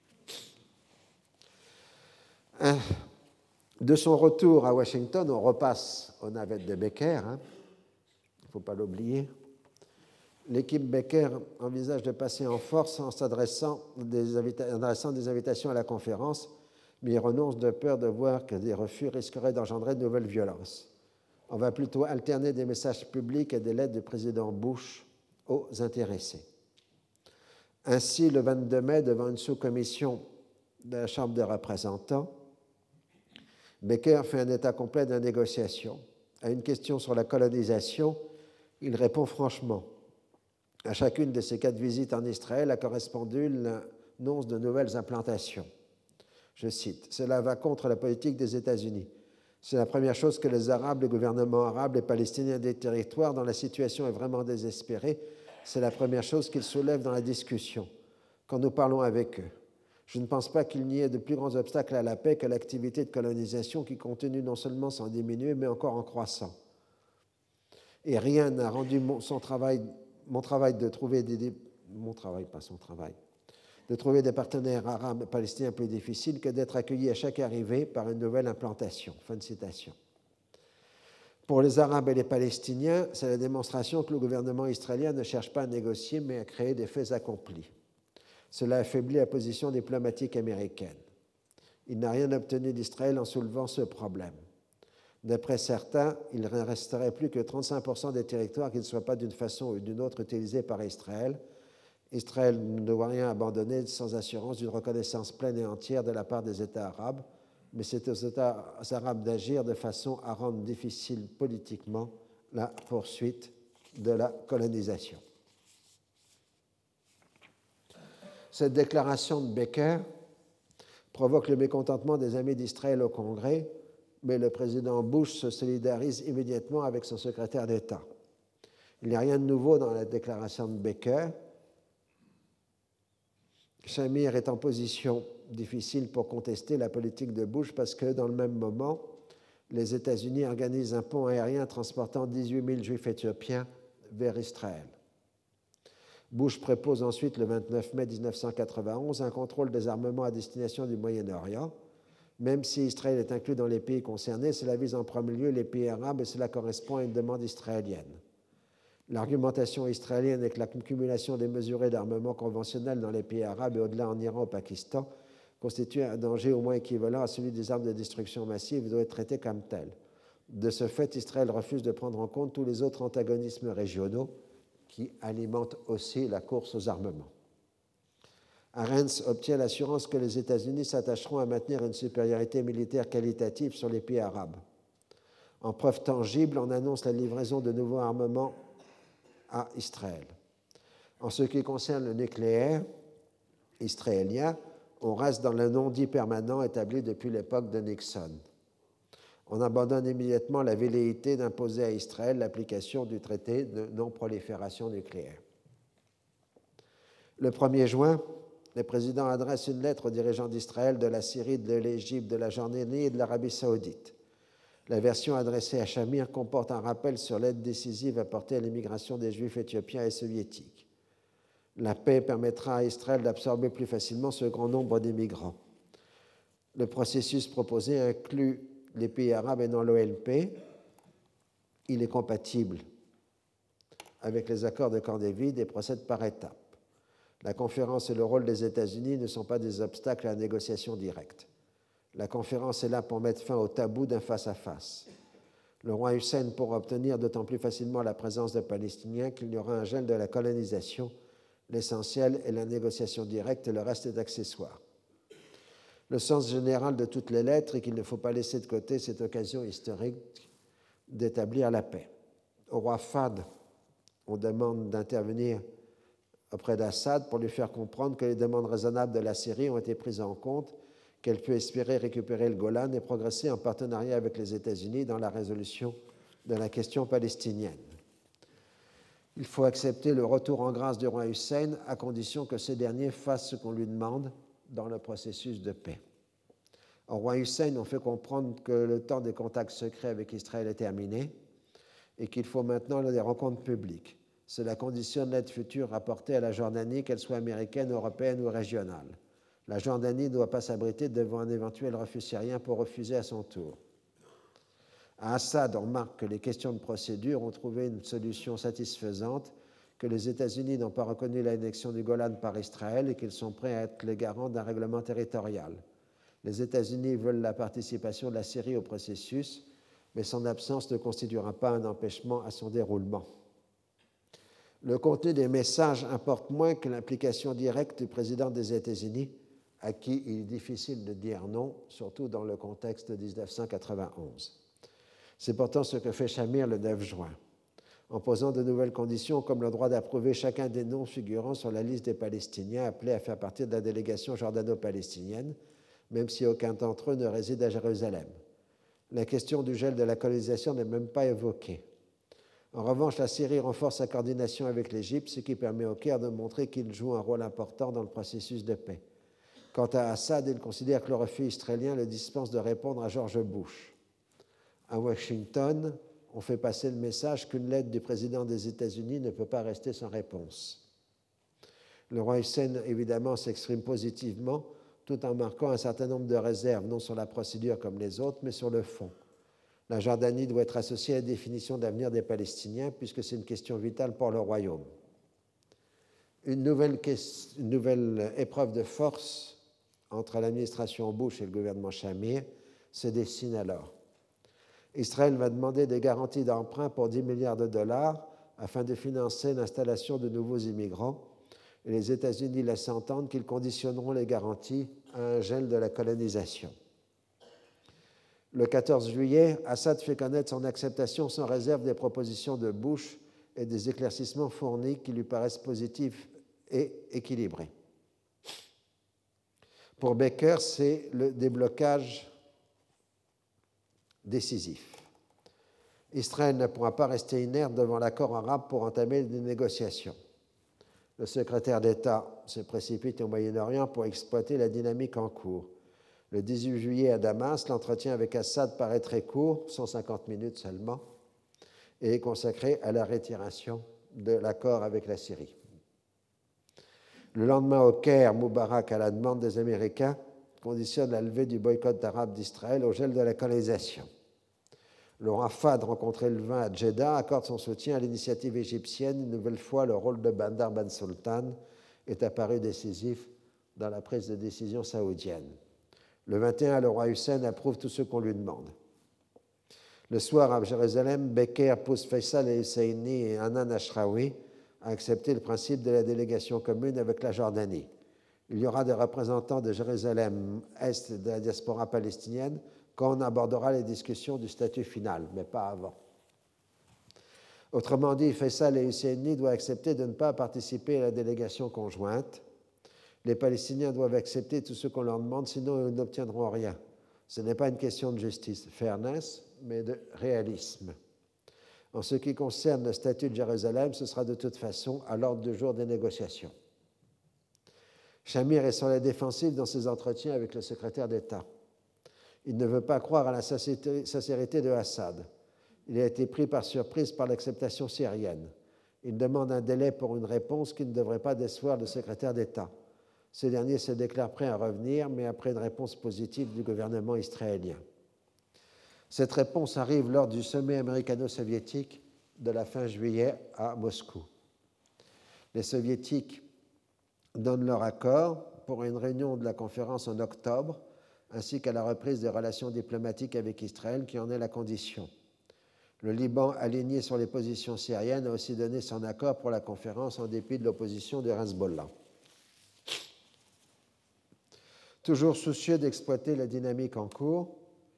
S2: De son retour à Washington, on repasse aux navettes de Becker, il ne faut pas l'oublier. L'équipe Becker envisage de passer en force en adressant des invitations à la conférence, mais il renonce de peur de voir que des refus risqueraient d'engendrer de nouvelles violences. On va plutôt alterner des messages publics et des lettres du président Bush aux intéressés. Ainsi, le 22 mai, devant une sous-commission de la Chambre des représentants, Becker fait un état complet de la négociation. À une question sur la colonisation, il répond franchement. À chacune de ses 4 visites en Israël a correspondu l'annonce de nouvelles implantations. Je cite, « Cela va contre la politique des États-Unis. C'est la première chose que les Arabes, les gouvernements arabes, les Palestiniens des territoires dont la situation est vraiment désespérée, c'est la première chose qu'ils soulèvent dans la discussion, quand nous parlons avec eux. Je ne pense pas qu'il n'y ait de plus grands obstacles à la paix qu'à l'activité de colonisation qui continue non seulement sans diminuer, mais encore en croissant. Et rien n'a rendu mon travail de trouver des partenaires arabes et palestiniens plus difficile que d'être accueillis à chaque arrivée par une nouvelle implantation. » Fin de citation. Pour les Arabes et les Palestiniens, c'est la démonstration que le gouvernement israélien ne cherche pas à négocier, mais à créer des faits accomplis. Cela affaiblit la position diplomatique américaine. Il n'a rien obtenu d'Israël en soulevant ce problème. D'après certains, il ne resterait plus que 35% des territoires qui ne soient pas d'une façon ou d'une autre utilisés par Israël. Israël ne doit rien abandonner sans assurance d'une reconnaissance pleine et entière de la part des États arabes, mais c'est aux États arabes d'agir de façon à rendre difficile politiquement la poursuite de la colonisation. Cette déclaration de Becker provoque le mécontentement des amis d'Israël au Congrès, mais le président Bush se solidarise immédiatement avec son secrétaire d'État. Il n'y a rien de nouveau dans la déclaration de Becker. Shamir est en position difficile pour contester la politique de Bush parce que, dans le même moment, les États-Unis organisent un pont aérien transportant 18 000 Juifs éthiopiens vers Israël. Bush propose ensuite, le 29 mai 1991, un contrôle des armements à destination du Moyen-Orient. Même si Israël est inclus dans les pays concernés, cela vise en premier lieu les pays arabes et cela correspond à une demande israélienne. L'argumentation israélienne est que l'accumulation démesurée d'armements conventionnels dans les pays arabes et au-delà en Iran, au Pakistan, constitue un danger au moins équivalent à celui des armes de destruction massive et doit être traité comme tel. De ce fait, Israël refuse de prendre en compte tous les autres antagonismes régionaux qui alimentent aussi la course aux armements. Arens obtient l'assurance que les États-Unis s'attacheront à maintenir une supériorité militaire qualitative sur les pays arabes. En preuve tangible, on annonce la livraison de nouveaux armements à Israël. En ce qui concerne le nucléaire israélien, on reste dans le non-dit permanent établi depuis l'époque de Nixon. On abandonne immédiatement la velléité d'imposer à Israël l'application du traité de non-prolifération nucléaire. Le 1er juin, le président adresse une lettre aux dirigeants d'Israël, de la Syrie, de l'Égypte, de la Jordanie et de l'Arabie saoudite. La version adressée à Shamir comporte un rappel sur l'aide décisive apportée à l'immigration des Juifs éthiopiens et soviétiques. La paix permettra à Israël d'absorber plus facilement ce grand nombre d'immigrants. Le processus proposé inclut les pays arabes et non l'OLP. Il est compatible avec les accords de Camp David et procède par étapes. La conférence et le rôle des États-Unis ne sont pas des obstacles à la négociation directe. La conférence est là pour mettre fin au tabou d'un face-à-face. Le roi Hussein pourra obtenir d'autant plus facilement la présence des Palestiniens qu'il y aura un gel de la colonisation. L'essentiel est la négociation directe et le reste est accessoire. Le sens général de toutes les lettres est qu'il ne faut pas laisser de côté cette occasion historique d'établir la paix. Au roi Fahd, on demande d'intervenir auprès d'Assad pour lui faire comprendre que les demandes raisonnables de la Syrie ont été prises en compte, qu'elle peut espérer récupérer le Golan et progresser en partenariat avec les États-Unis dans la résolution de la question palestinienne. Il faut accepter le retour en grâce du roi Hussein à condition que ce dernier fasse ce qu'on lui demande dans le processus de paix. Au roi Hussein, on fait comprendre que le temps des contacts secrets avec Israël est terminé et qu'il faut maintenant des rencontres publiques. Cela conditionne l'aide future apportée à la Jordanie, qu'elle soit américaine, européenne ou régionale. La Jordanie ne doit pas s'abriter devant un éventuel refus syrien pour refuser à son tour. À Assad, on remarque que les questions de procédure ont trouvé une solution satisfaisante, que les États-Unis n'ont pas reconnu l'annexion du Golan par Israël et qu'ils sont prêts à être les garants d'un règlement territorial. Les États-Unis veulent la participation de la Syrie au processus, mais son absence ne constituera pas un empêchement à son déroulement. Le contenu des messages importe moins que l'implication directe du président des États-Unis, à qui il est difficile de dire non, surtout dans le contexte de 1991. C'est pourtant ce que fait Shamir le 9 juin, en posant de nouvelles conditions comme le droit d'approuver chacun des noms figurant sur la liste des Palestiniens appelés à faire partie de la délégation jordano-palestinienne, même si aucun d'entre eux ne réside à Jérusalem. La question du gel de la colonisation n'est même pas évoquée. En revanche, la Syrie renforce sa coordination avec l'Égypte, ce qui permet au Caire de montrer qu'il joue un rôle important dans le processus de paix. Quant à Assad, il considère que le refus israélien le dispense de répondre à George Bush. À Washington, on fait passer le message qu'une lettre du président des États-Unis ne peut pas rester sans réponse. Le roi Hussein, évidemment, s'exprime positivement, tout en marquant un certain nombre de réserves, non sur la procédure comme les autres, mais sur le fond. La Jordanie doit être associée à la définition de l'avenir des Palestiniens, puisque c'est une question vitale pour le royaume. Une nouvelle épreuve de force entre l'administration Bush et le gouvernement Shamir se dessine alors. Israël va demander des garanties d'emprunt pour 10 milliards de dollars afin de financer l'installation de nouveaux immigrants, et les États-Unis laissent entendre qu'ils conditionneront les garanties à un gel de la colonisation. Le 14 juillet, Assad fait connaître son acceptation sans réserve des propositions de Bush et des éclaircissements fournis qui lui paraissent positifs et équilibrés. Pour Baker, c'est le déblocage décisif. Israël ne pourra pas rester inerte devant l'accord arabe pour entamer des négociations. Le secrétaire d'État se précipite au Moyen-Orient pour exploiter la dynamique en cours. Le 18 juillet à Damas, l'entretien avec Assad paraît très court, 150 minutes seulement, et est consacré à la réitération de l'accord avec la Syrie. Le lendemain au Caire, Moubarak, à la demande des Américains, conditionne la levée du boycott arabe d'Israël au gel de la colonisation. Le roi Fahd, rencontré le 20 à Jeddah, accorde son soutien à l'initiative égyptienne. Une nouvelle fois, le rôle de Bandar Ben Sultan est apparu décisif dans la prise de décision saoudienne. Le 21, le roi Hussein approuve tout ce qu'on lui demande. Le soir, à Jérusalem, Becker pousse Faisal el-Husseini et Hanan Ashrawi à accepter le principe de la délégation commune avec la Jordanie. Il y aura des représentants de Jérusalem-Est et de la diaspora palestinienne quand on abordera les discussions du statut final, mais pas avant. Autrement dit, Faisal et Husseini doivent accepter de ne pas participer à la délégation conjointe. Les Palestiniens doivent accepter tout ce qu'on leur demande, sinon ils n'obtiendront rien. Ce n'est pas une question de justice, fairness, mais de réalisme. En ce qui concerne le statut de Jérusalem, ce sera de toute façon à l'ordre du jour des négociations. Shamir est sur la défensive dans ses entretiens avec le secrétaire d'État. Il ne veut pas croire à la sincérité de Assad. Il a été pris par surprise par l'acceptation syrienne. Il demande un délai pour une réponse qui ne devrait pas décevoir le secrétaire d'État. Ce dernier se déclare prêt à revenir, mais après une réponse positive du gouvernement israélien. Cette réponse arrive lors du sommet américano-soviétique de la fin juillet à Moscou. Les Soviétiques donnent leur accord pour une réunion de la conférence en octobre, ainsi qu'à la reprise des relations diplomatiques avec Israël, qui en est la condition. Le Liban, aligné sur les positions syriennes, a aussi donné son accord pour la conférence en dépit de l'opposition de Hezbollah. Toujours soucieux d'exploiter la dynamique en cours,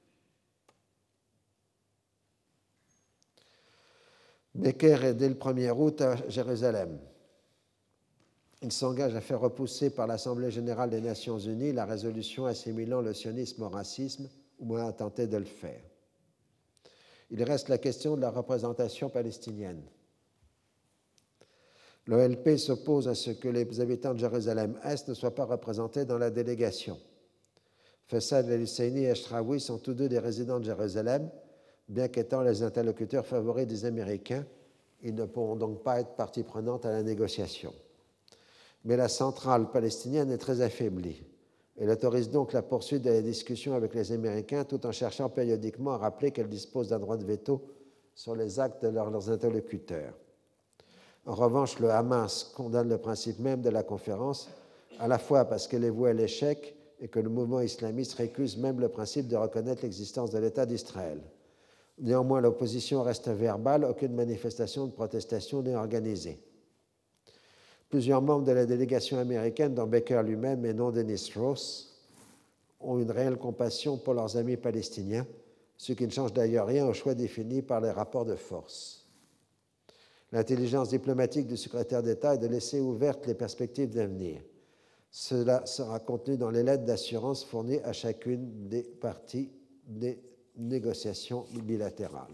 S2: Becker est dès le 1er août à Jérusalem. Il s'engage à faire repousser par l'Assemblée générale des Nations unies la résolution assimilant le sionisme au racisme, ou moins à tenter de le faire. Il reste la question de la représentation palestinienne. L'OLP s'oppose à ce que les habitants de Jérusalem-Est ne soient pas représentés dans la délégation. Faisal el-Husseini et Ashraoui sont tous deux des résidents de Jérusalem, bien qu'étant les interlocuteurs favoris des Américains, ils ne pourront donc pas être partie prenante à la négociation. Mais la centrale palestinienne est très affaiblie. Elle autorise donc la poursuite de la discussion avec les Américains tout en cherchant périodiquement à rappeler qu'elle dispose d'un droit de veto sur les actes de leurs interlocuteurs. En revanche, le Hamas condamne le principe même de la conférence, à la fois parce qu'elle est vouée à l'échec et que le mouvement islamiste récuse même le principe de reconnaître l'existence de l'État d'Israël. Néanmoins, l'opposition reste verbale, aucune manifestation de protestation n'est organisée. Plusieurs membres de la délégation américaine, dont Becker lui-même et non Dennis Ross, ont une réelle compassion pour leurs amis palestiniens, ce qui ne change d'ailleurs rien au choix défini par les rapports de force. L'intelligence diplomatique du secrétaire d'État est de laisser ouvertes les perspectives d'avenir. Cela sera contenu dans les lettres d'assurance fournies à chacune des parties des négociations bilatérales.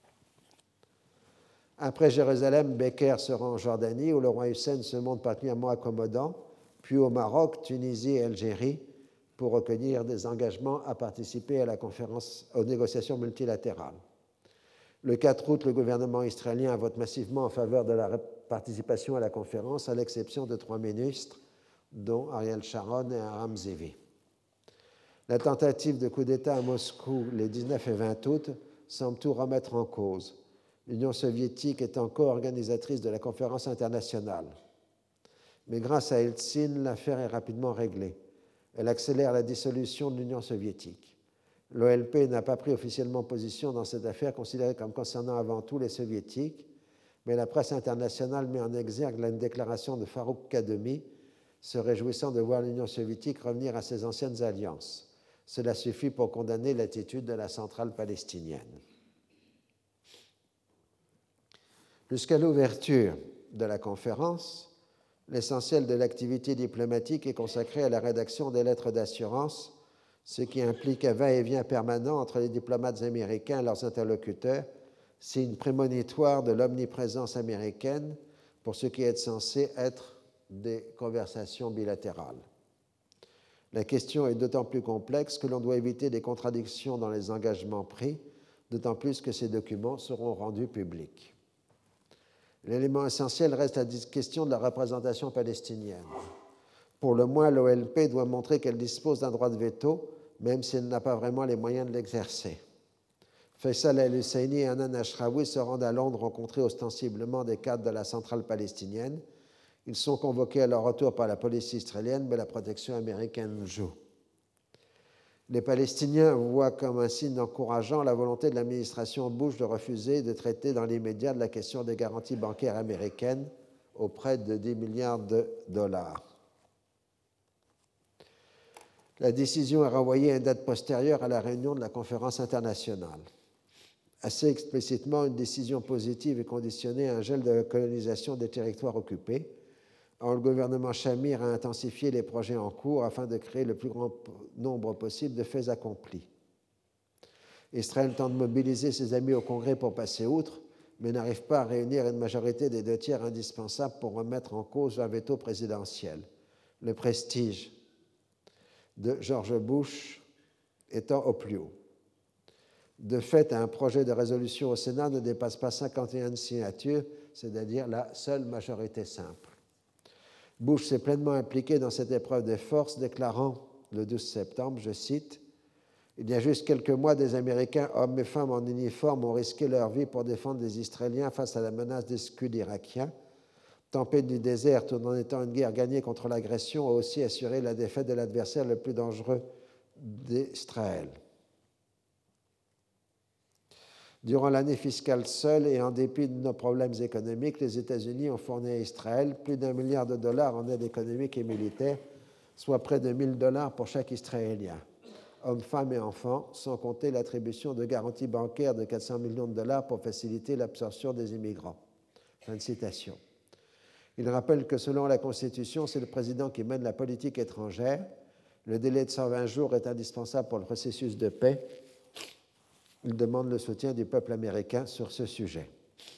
S2: Après Jérusalem, Becker se rend en Jordanie, où le roi Hussein se montre particulièrement accommodant, puis au Maroc, Tunisie et Algérie, pour recueillir des engagements à participer à la conférence, aux négociations multilatérales. Le 4 août, le gouvernement israélien vote massivement en faveur de la participation à la conférence, à l'exception de 3 ministres, dont Ariel Sharon et Aram Zevi. La tentative de coup d'État à Moscou les 19 et 20 août semble tout remettre en cause, l'Union soviétique étant co-organisatrice de la conférence internationale. Mais grâce à Eltsine, l'affaire est rapidement réglée. Elle accélère la dissolution de l'Union soviétique. L'OLP n'a pas pris officiellement position dans cette affaire considérée comme concernant avant tout les soviétiques, mais la presse internationale met en exergue une déclaration de Farouk Kademi se réjouissant de voir l'Union soviétique revenir à ses anciennes alliances. Cela suffit pour condamner l'attitude de la centrale palestinienne. Jusqu'à l'ouverture de la conférence, l'essentiel de l'activité diplomatique est consacré à la rédaction des lettres d'assurance, ce qui implique un va-et-vient permanent entre les diplomates américains et leurs interlocuteurs, signe prémonitoire de l'omniprésence américaine pour ce qui est censé être des conversations bilatérales. La question est d'autant plus complexe que l'on doit éviter des contradictions dans les engagements pris, d'autant plus que ces documents seront rendus publics. L'élément essentiel reste la question de la représentation palestinienne. Pour le moins, l'OLP doit montrer qu'elle dispose d'un droit de veto, même si elle n'a pas vraiment les moyens de l'exercer. Faisal el-Husseini et Hanan Ashraoui se rendent à Londres rencontrer ostensiblement des cadres de la centrale palestinienne. Ils sont convoqués à leur retour par la police israélienne, mais la protection américaine joue. Les Palestiniens voient comme un signe encourageant la volonté de l'administration Bush de refuser de traiter dans l'immédiat de la question des garanties bancaires américaines auprès de 10 milliards de dollars. La décision est renvoyée à une date postérieure à la réunion de la conférence internationale. Assez explicitement, une décision positive est conditionnée à un gel de la colonisation des territoires occupés. Or, le gouvernement Shamir a intensifié les projets en cours afin de créer le plus grand nombre possible de faits accomplis. Israël tente de mobiliser ses amis au Congrès pour passer outre, mais n'arrive pas à réunir une majorité des 2/3 indispensables pour remettre en cause un veto présidentiel. Le prestige de George Bush étant au plus haut. De fait, un projet de résolution au Sénat ne dépasse pas 51 signatures, c'est-à-dire la seule majorité simple. Bush s'est pleinement impliqué dans cette épreuve des forces, déclarant le 12 septembre, je cite, « Il y a juste quelques mois, des Américains, hommes et femmes en uniforme, ont risqué leur vie pour défendre les Israéliens face à la menace des Scuds irakiens. Tempête du désert, tout en étant une guerre gagnée contre l'agression, a aussi assuré la défaite de l'adversaire le plus dangereux d'Israël. » Durant l'année fiscale seule et en dépit de nos problèmes économiques, les États-Unis ont fourni à Israël plus d'$1 milliard en aide économique et militaire, soit près de $1 000 pour chaque Israélien, hommes, femmes et enfants, sans compter l'attribution de garanties bancaires de $400 millions pour faciliter l'absorption des immigrants. Fin de citation. Il rappelle que selon la Constitution, c'est le président qui mène la politique étrangère. Le délai de 120 jours est indispensable pour le processus de paix. Il demande le soutien du peuple américain sur ce sujet.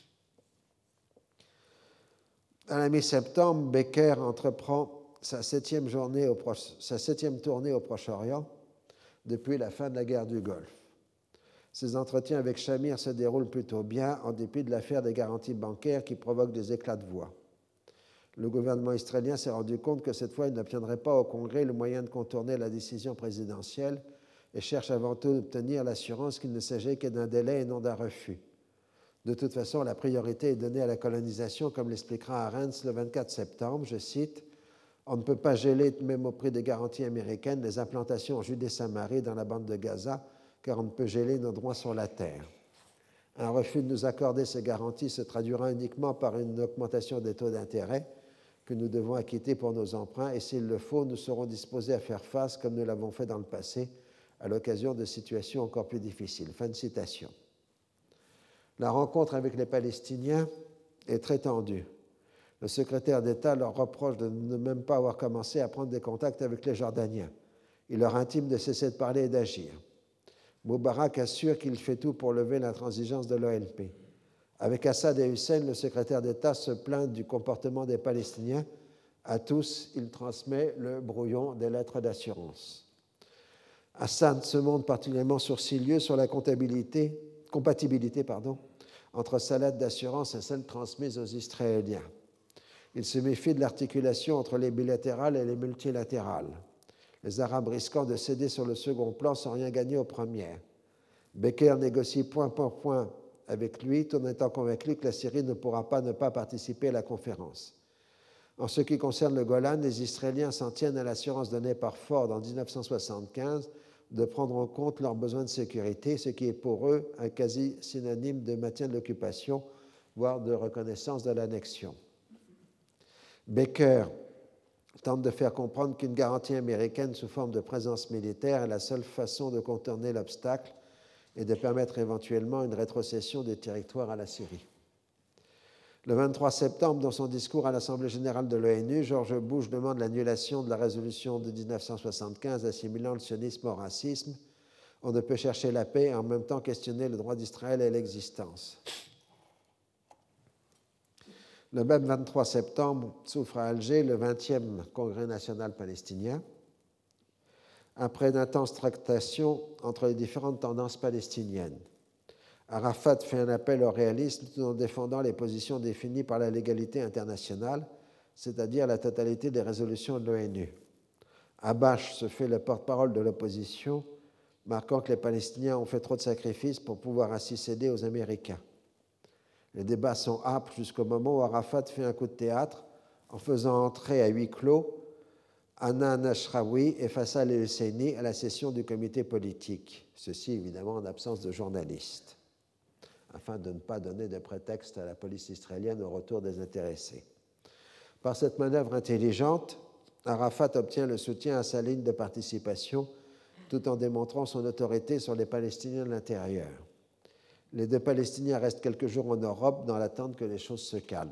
S2: À la mi-septembre, Baker entreprend sa septième tournée au Proche-Orient depuis la fin de la guerre du Golfe. Ses entretiens avec Shamir se déroulent plutôt bien en dépit de l'affaire des garanties bancaires qui provoque des éclats de voix. Le gouvernement israélien s'est rendu compte que cette fois, il n'obtiendrait pas au Congrès le moyen de contourner la décision présidentielle et cherche avant tout d'obtenir l'assurance qu'il ne s'agit que d'un délai et non d'un refus. De toute façon, la priorité est donnée à la colonisation, comme l'expliquera Arens le 24 septembre, je cite, « On ne peut pas geler, même au prix des garanties américaines, les implantations en Judée-Samarie dans la bande de Gaza, car on ne peut geler nos droits sur la terre. Un refus de nous accorder ces garanties se traduira uniquement par une augmentation des taux d'intérêt que nous devons acquitter pour nos emprunts, et s'il le faut, nous serons disposés à faire face, comme nous l'avons fait dans le passé, à l'occasion de situations encore plus difficiles. » Fin de citation. La rencontre avec les Palestiniens est très tendue. Le secrétaire d'État leur reproche de ne même pas avoir commencé à prendre des contacts avec les Jordaniens. Il leur intime de cesser de parler et d'agir. Moubarak assure qu'il fait tout pour lever l'intransigeance de l'OLP. Avec Assad et Hussein, le secrétaire d'État se plaint du comportement des Palestiniens. À tous, il transmet le brouillon des lettres d'assurance. Assad se montre particulièrement sourcilieux sur la compatibilité entre sa lettre d'assurance et celle transmise aux Israéliens. Il se méfie de l'articulation entre les bilatérales et les multilatérales, les Arabes risquant de céder sur le second plan sans rien gagner aux premières. Baker négocie point pour point avec lui, tout en étant convaincu que la Syrie ne pourra pas ne pas participer à la conférence. En ce qui concerne le Golan, les Israéliens s'en tiennent à l'assurance donnée par Ford en 1975 de prendre en compte leurs besoins de sécurité, ce qui est pour eux un quasi synonyme de maintien de l'occupation, voire de reconnaissance de l'annexion. Baker tente de faire comprendre qu'une garantie américaine sous forme de présence militaire est la seule façon de contourner l'obstacle et de permettre éventuellement une rétrocession des territoires à la Syrie. Le 23 septembre, dans son discours à l'Assemblée générale de l'ONU, George Bush demande l'annulation de la résolution de 1975 assimilant le sionisme au racisme. On ne peut chercher la paix et en même temps questionner le droit d'Israël et l'existence. Le même 23 septembre s'ouvre à Alger le 20e Congrès national palestinien. Après d'intenses tractations entre les différentes tendances palestiniennes, Arafat fait un appel au réalisme tout en défendant les positions définies par la légalité internationale, c'est-à-dire la totalité des résolutions de l'ONU. Abache se fait le porte-parole de l'opposition, marquant que les Palestiniens ont fait trop de sacrifices pour pouvoir ainsi céder aux Américains. Les débats sont âpres jusqu'au moment où Arafat fait un coup de théâtre en faisant entrer à huis clos Hanan Ashraoui et Faisal El-Husseini à la session du comité politique, ceci évidemment en absence de journalistes, afin de ne pas donner de prétexte à la police israélienne au retour des intéressés. Par cette manœuvre intelligente, Arafat obtient le soutien à sa ligne de participation tout en démontrant son autorité sur les Palestiniens de l'intérieur. Les deux Palestiniens restent quelques jours en Europe dans l'attente que les choses se calment.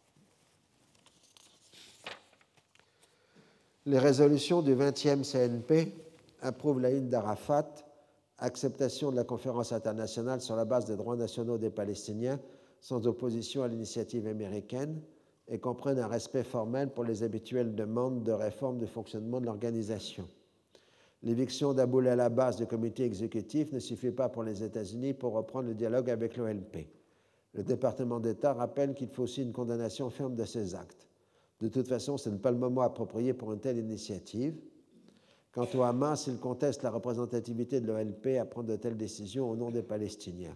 S2: Les résolutions du 20e CNP approuvent la ligne d'Arafat, acceptation de la conférence internationale sur la base des droits nationaux des Palestiniens sans opposition à l'initiative américaine et comprennent un respect formel pour les habituelles demandes de réforme du fonctionnement de l'organisation. L'éviction d'Aboul el-Abbas du comité exécutif ne suffit pas pour les États-Unis pour reprendre le dialogue avec l'OLP. Le département d'État rappelle qu'il faut aussi une condamnation ferme de ces actes. De toute façon, ce n'est pas le moment approprié pour une telle initiative. Quant au Hamas, il conteste la représentativité de l'OLP à prendre de telles décisions au nom des Palestiniens.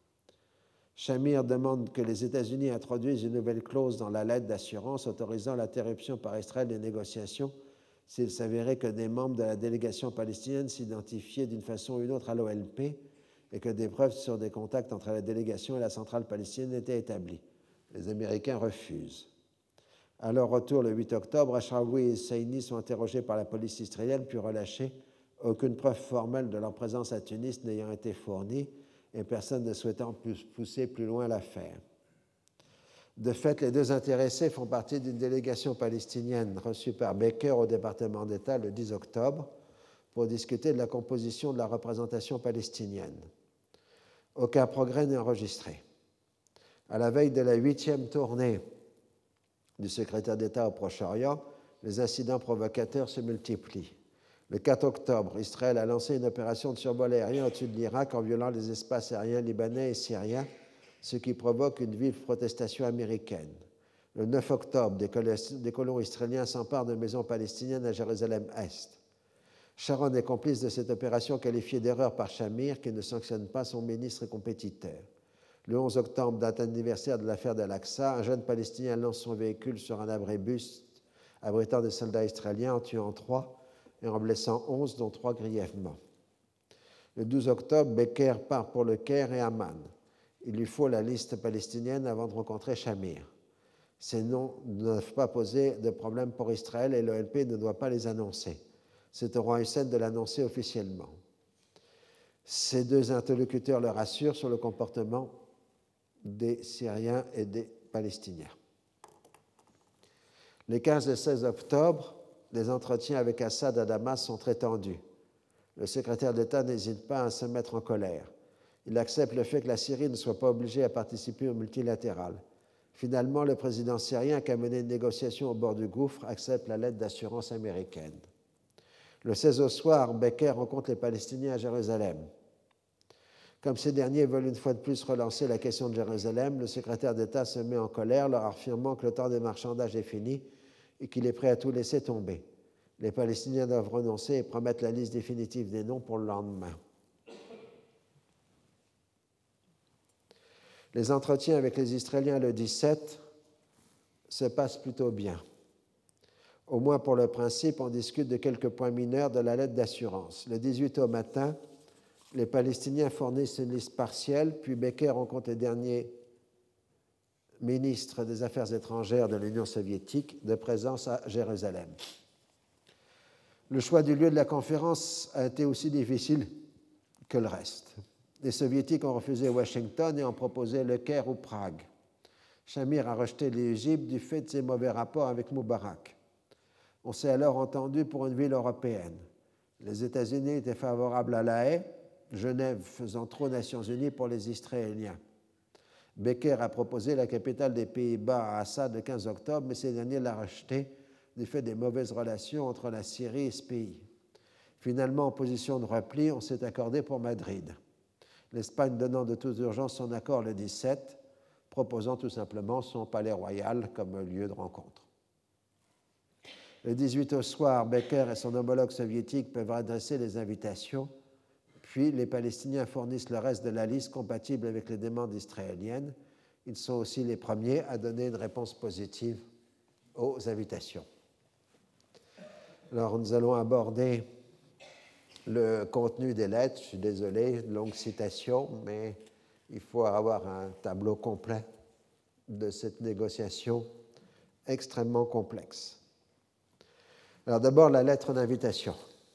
S2: Shamir demande que les États-Unis introduisent une nouvelle clause dans la lettre d'assurance autorisant l'interruption par Israël des négociations s'il s'avérait que des membres de la délégation palestinienne s'identifiaient d'une façon ou une autre à l'OLP et que des preuves sur des contacts entre la délégation et la centrale palestinienne étaient établies. Les Américains refusent. À leur retour le 8 octobre, Ashraoui et Saini sont interrogés par la police israélienne puis relâchés, aucune preuve formelle de leur présence à Tunis n'ayant été fournie et personne ne souhaitant pousser plus loin l'affaire. De fait, les deux intéressés font partie d'une délégation palestinienne reçue par Baker au département d'État le 10 octobre pour discuter de la composition de la représentation palestinienne. Aucun progrès n'est enregistré. À la veille de la 8e tournée du secrétaire d'État au Proche-Orient, les incidents provocateurs se multiplient. Le 4 octobre, Israël a lancé une opération de survol aérien au-dessus de l'Irak en violant les espaces aériens libanais et syriens, ce qui provoque une vive protestation américaine. Le 9 octobre, des colons israéliens s'emparent de maisons palestiniennes à Jérusalem-Est. Sharon est complice de cette opération qualifiée d'erreur par Shamir, qui ne sanctionne pas son ministre compétiteur. Le 11 octobre, date anniversaire de l'affaire d'Al-Aqsa, un jeune Palestinien lance son véhicule sur un abribus abritant des soldats israéliens en tuant 3 et en blessant 11, dont 3 grièvement. Le 12 octobre, Becker part pour le Caire et Amman. Il lui faut la liste palestinienne avant de rencontrer Shamir. Ces noms ne doivent pas poser de problème pour Israël et l'OLP ne doit pas les annoncer. C'est au roi Hussein de l'annoncer officiellement. Ces deux interlocuteurs le rassurent sur le comportement des Syriens et des Palestiniens. Les 15 et 16 octobre, les entretiens avec Assad à Damas sont très tendus. Le secrétaire d'État n'hésite pas à se mettre en colère. Il accepte le fait que la Syrie ne soit pas obligée à participer au multilatéral. Finalement, le président syrien, qui a mené une négociation au bord du gouffre, accepte la lettre d'assurance américaine. Le 16 au soir, Becker rencontre les Palestiniens à Jérusalem. Comme ces derniers veulent une fois de plus relancer la question de Jérusalem, le secrétaire d'État se met en colère, leur affirmant que le temps des marchandages est fini et qu'il est prêt à tout laisser tomber. Les Palestiniens doivent renoncer et promettre la liste définitive des noms pour le lendemain. Les entretiens avec les Israéliens le 17 se passent plutôt bien. Au moins pour le principe, on discute de quelques points mineurs de la lettre d'assurance. Le 18 au matin, les Palestiniens fournissent une liste partielle, puis Becker rencontre les derniers ministres des Affaires étrangères de l'Union soviétique de présence à Jérusalem. Le choix du lieu de la conférence a été aussi difficile que le reste. Les Soviétiques ont refusé Washington et ont proposé Le Caire ou Prague. Shamir a rejeté l'Égypte du fait de ses mauvais rapports avec Moubarak. On s'est alors entendu pour une ville européenne. Les États-Unis étaient favorables à La Haye, Genève faisant trop Nations Unies pour les Israéliens. Becker a proposé la capitale des Pays-Bas à Assad le 15 octobre, mais ces derniers l'a rejeté du fait des mauvaises relations entre la Syrie et ce pays. Finalement, en position de repli, on s'est accordé pour Madrid. L'Espagne donnant de toute urgence son accord le 17, proposant tout simplement son palais royal comme lieu de rencontre. Le 18 au soir, Becker et son homologue soviétique peuvent adresser les invitations, puis les Palestiniens fournissent le reste de la liste compatible avec les demandes israéliennes. Ils sont aussi les premiers à donner une réponse positive aux invitations. Alors, nous allons aborder le contenu des lettres. Je suis désolé, longue citation, mais il faut avoir un tableau complet de cette négociation extrêmement complexe. Alors d'abord, la lettre d'invitation.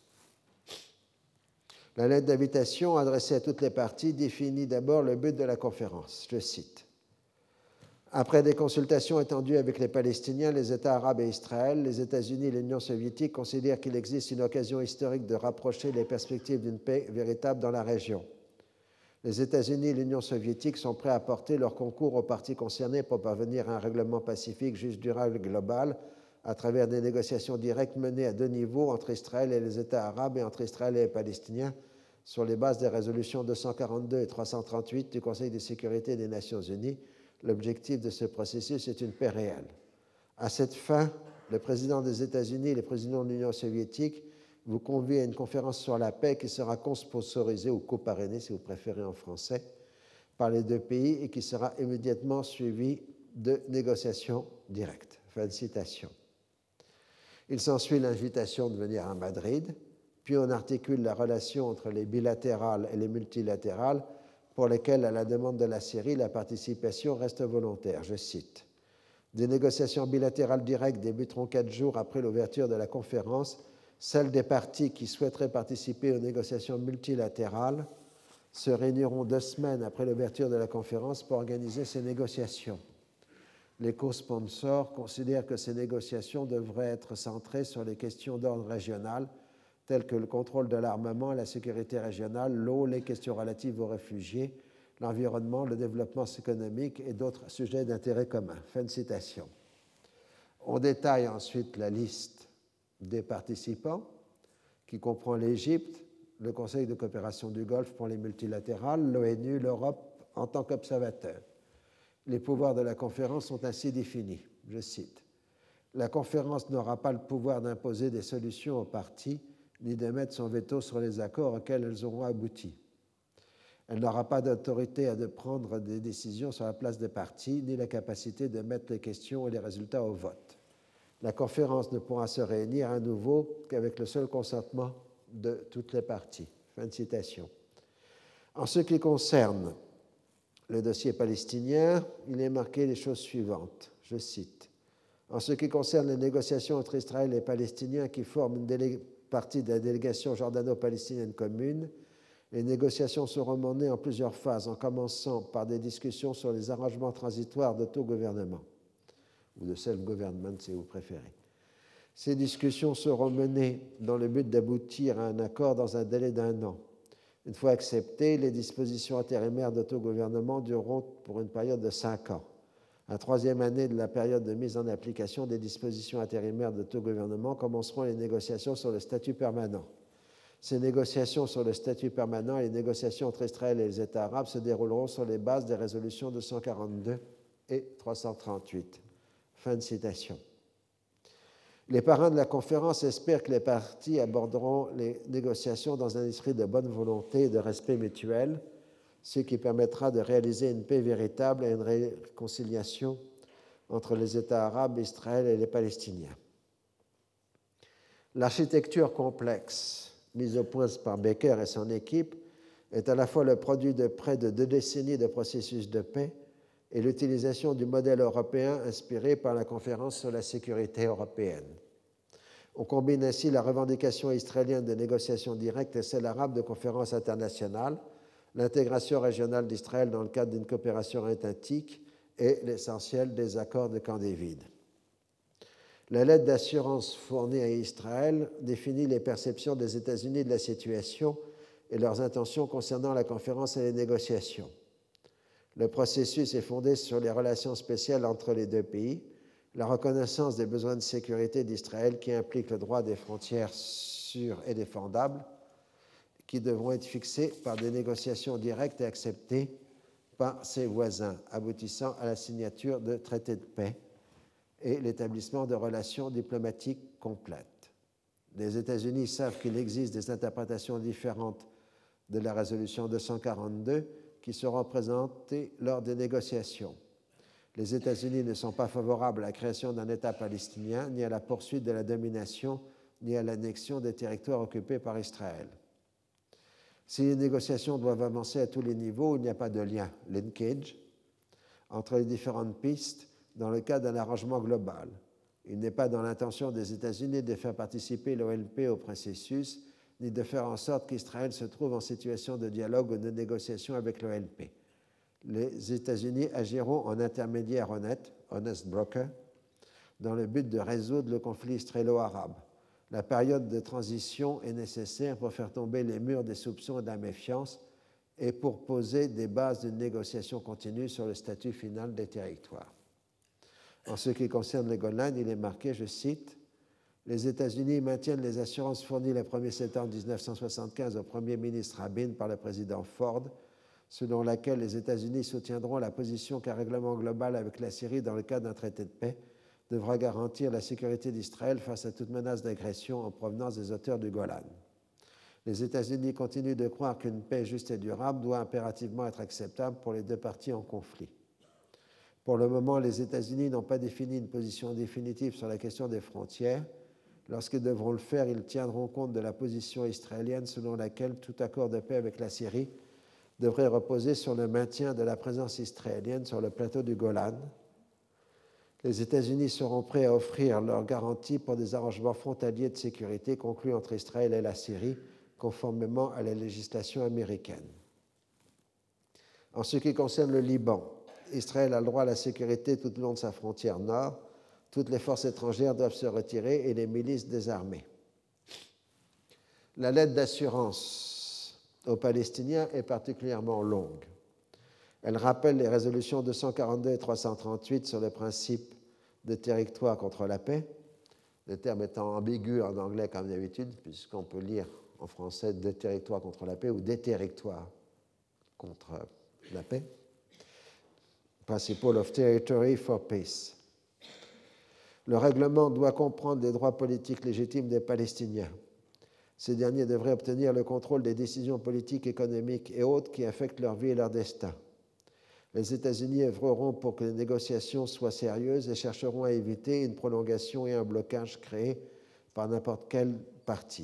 S2: La lettre d'invitation adressée à toutes les parties définit d'abord le but de la conférence. Je cite. Après des consultations étendues avec les Palestiniens, les États arabes et Israël, les États-Unis et l'Union soviétique considèrent qu'il existe une occasion historique de rapprocher les perspectives d'une paix véritable dans la région. Les États-Unis et l'Union soviétique sont prêts à apporter leur concours aux parties concernées pour parvenir à un règlement pacifique, juste, durable et global à travers des négociations directes menées à deux niveaux entre Israël et les États arabes et entre Israël et les Palestiniens sur les bases des résolutions 242 et 338 du Conseil de sécurité des Nations unies. L'objectif de ce processus est une paix réelle. À cette fin, le président des États-Unis et le président de l'Union soviétique vous convient à une conférence sur la paix qui sera co-sponsorisée ou co-parrainée, si vous préférez en français, par les deux pays et qui sera immédiatement suivie de négociations directes. Fin de citation. Il s'ensuit l'invitation de venir à Madrid, puis on articule la relation entre les bilatérales et les multilatérales pour lesquelles, à la demande de la Syrie, la participation reste volontaire. Je cite. Des négociations bilatérales directes débuteront 4 jours après l'ouverture de la conférence. Celles des parties qui souhaiteraient participer aux négociations multilatérales se réuniront 2 semaines après l'ouverture de la conférence pour organiser ces négociations. Les co-sponsors considèrent que ces négociations devraient être centrées sur les questions d'ordre régional, telles que le contrôle de l'armement, la sécurité régionale, l'eau, les questions relatives aux réfugiés, l'environnement, le développement économique et d'autres sujets d'intérêt commun. Fin de citation. On détaille ensuite la liste des participants, qui comprend l'Égypte, le Conseil de coopération du Golfe pour les multilatérales, l'ONU, l'Europe en tant qu'observateur. Les pouvoirs de la conférence sont ainsi définis. Je cite. La conférence n'aura pas le pouvoir d'imposer des solutions aux parties, ni de mettre son veto sur les accords auxquels elles auront abouti. Elle n'aura pas d'autorité de prendre des décisions sur la place des parties, ni la capacité de mettre les questions et les résultats au vote. La conférence ne pourra se réunir à nouveau qu'avec le seul consentement de toutes les parties. Fin de citation. En ce qui concerne le dossier palestinien, il est marqué les choses suivantes. Je cite. En ce qui concerne les négociations entre Israël et les Palestiniens qui forment une partie de la délégation jordano-palestinienne commune, les négociations seront menées en plusieurs phases, en commençant par des discussions sur les arrangements transitoires d'autogouvernement, ou de self-government si vous préférez. Ces discussions seront menées dans le but d'aboutir à un accord dans un délai d'1 an. Une fois acceptées, les dispositions intérimaires d'autogouvernement dureront pour une période de 5 ans. La 3e année de la période de mise en application des dispositions intérimaires d'autogouvernement commenceront les négociations sur le statut permanent. Ces négociations sur le statut permanent et les négociations entre Israël et les États arabes se dérouleront sur les bases des résolutions 242 et 338. Fin de citation. Les parrains de la conférence espèrent que les parties aborderont les négociations dans un esprit de bonne volonté et de respect mutuel, ce qui permettra de réaliser une paix véritable et une réconciliation entre les États arabes, Israël et les Palestiniens. L'architecture complexe mise au point par Baker et son équipe est à la fois le produit de près de 2 décennies de processus de paix et l'utilisation du modèle européen inspiré par la conférence sur la sécurité européenne. On combine ainsi la revendication israélienne de négociations directes et celle arabe de conférences internationales, l'intégration régionale d'Israël dans le cadre d'une coopération étatique et l'essentiel des accords de Camp David. La lettre d'assurance fournie à Israël définit les perceptions des États-Unis de la situation et leurs intentions concernant la conférence et les négociations. Le processus est fondé sur les relations spéciales entre les deux pays, la reconnaissance des besoins de sécurité d'Israël qui implique le droit des frontières sûres et défendables, qui devront être fixées par des négociations directes et acceptées par ses voisins, aboutissant à la signature de traités de paix et l'établissement de relations diplomatiques complètes. Les États-Unis savent qu'il existe des interprétations différentes de la résolution 242 qui seront présentées lors des négociations. Les États-Unis ne sont pas favorables à la création d'un État palestinien, ni à la poursuite de la domination, ni à l'annexion des territoires occupés par Israël. Si les négociations doivent avancer à tous les niveaux, il n'y a pas de lien, linkage, entre les différentes pistes dans le cadre d'un arrangement global. Il n'est pas dans l'intention des États-Unis de faire participer l'OLP au processus, ni de faire en sorte qu'Israël se trouve en situation de dialogue ou de négociation avec l'OLP. Les États-Unis agiront en intermédiaire honnête, honest broker, dans le but de résoudre le conflit israélo-arabe. La période de transition est nécessaire pour faire tomber les murs des soupçons et de la méfiance et pour poser des bases d'une négociation continue sur le statut final des territoires. En ce qui concerne les Golan, il est marqué, je cite, « Les États-Unis maintiennent les assurances fournies le 1er septembre 1975 au Premier ministre Rabin par le président Ford, selon laquelle les États-Unis soutiendront la position qu'un règlement global avec la Syrie dans le cadre d'un traité de paix devra garantir la sécurité d'Israël face à toute menace d'agression en provenance des auteurs du Golan. Les États-Unis continuent de croire qu'une paix juste et durable doit impérativement être acceptable pour les deux parties en conflit. Pour le moment, les États-Unis n'ont pas défini une position définitive sur la question des frontières. Lorsqu'ils devront le faire, ils tiendront compte de la position israélienne selon laquelle tout accord de paix avec la Syrie devrait reposer sur le maintien de la présence israélienne sur le plateau du Golan. Les États-Unis seront prêts à offrir leurs garanties pour des arrangements frontaliers de sécurité conclus entre Israël et la Syrie, conformément à la législation américaine. En ce qui concerne le Liban, Israël a le droit à la sécurité tout au long de sa frontière nord. Toutes les forces étrangères doivent se retirer et les milices désarmées. La lettre d'assurance aux Palestiniens est particulièrement longue. Elle rappelle les résolutions 242 et 338 sur le principe de territoire contre la paix, le terme étant ambigu en anglais comme d'habitude, puisqu'on peut lire en français des territoires contre la paix ou des territoires contre la paix. Principle of Territory for Peace. Le règlement doit comprendre les droits politiques légitimes des Palestiniens. Ces derniers devraient obtenir le contrôle des décisions politiques, économiques et autres qui affectent leur vie et leur destin. Les États-Unis œuvreront pour que les négociations soient sérieuses et chercheront à éviter une prolongation et un blocage créés par n'importe quelle partie.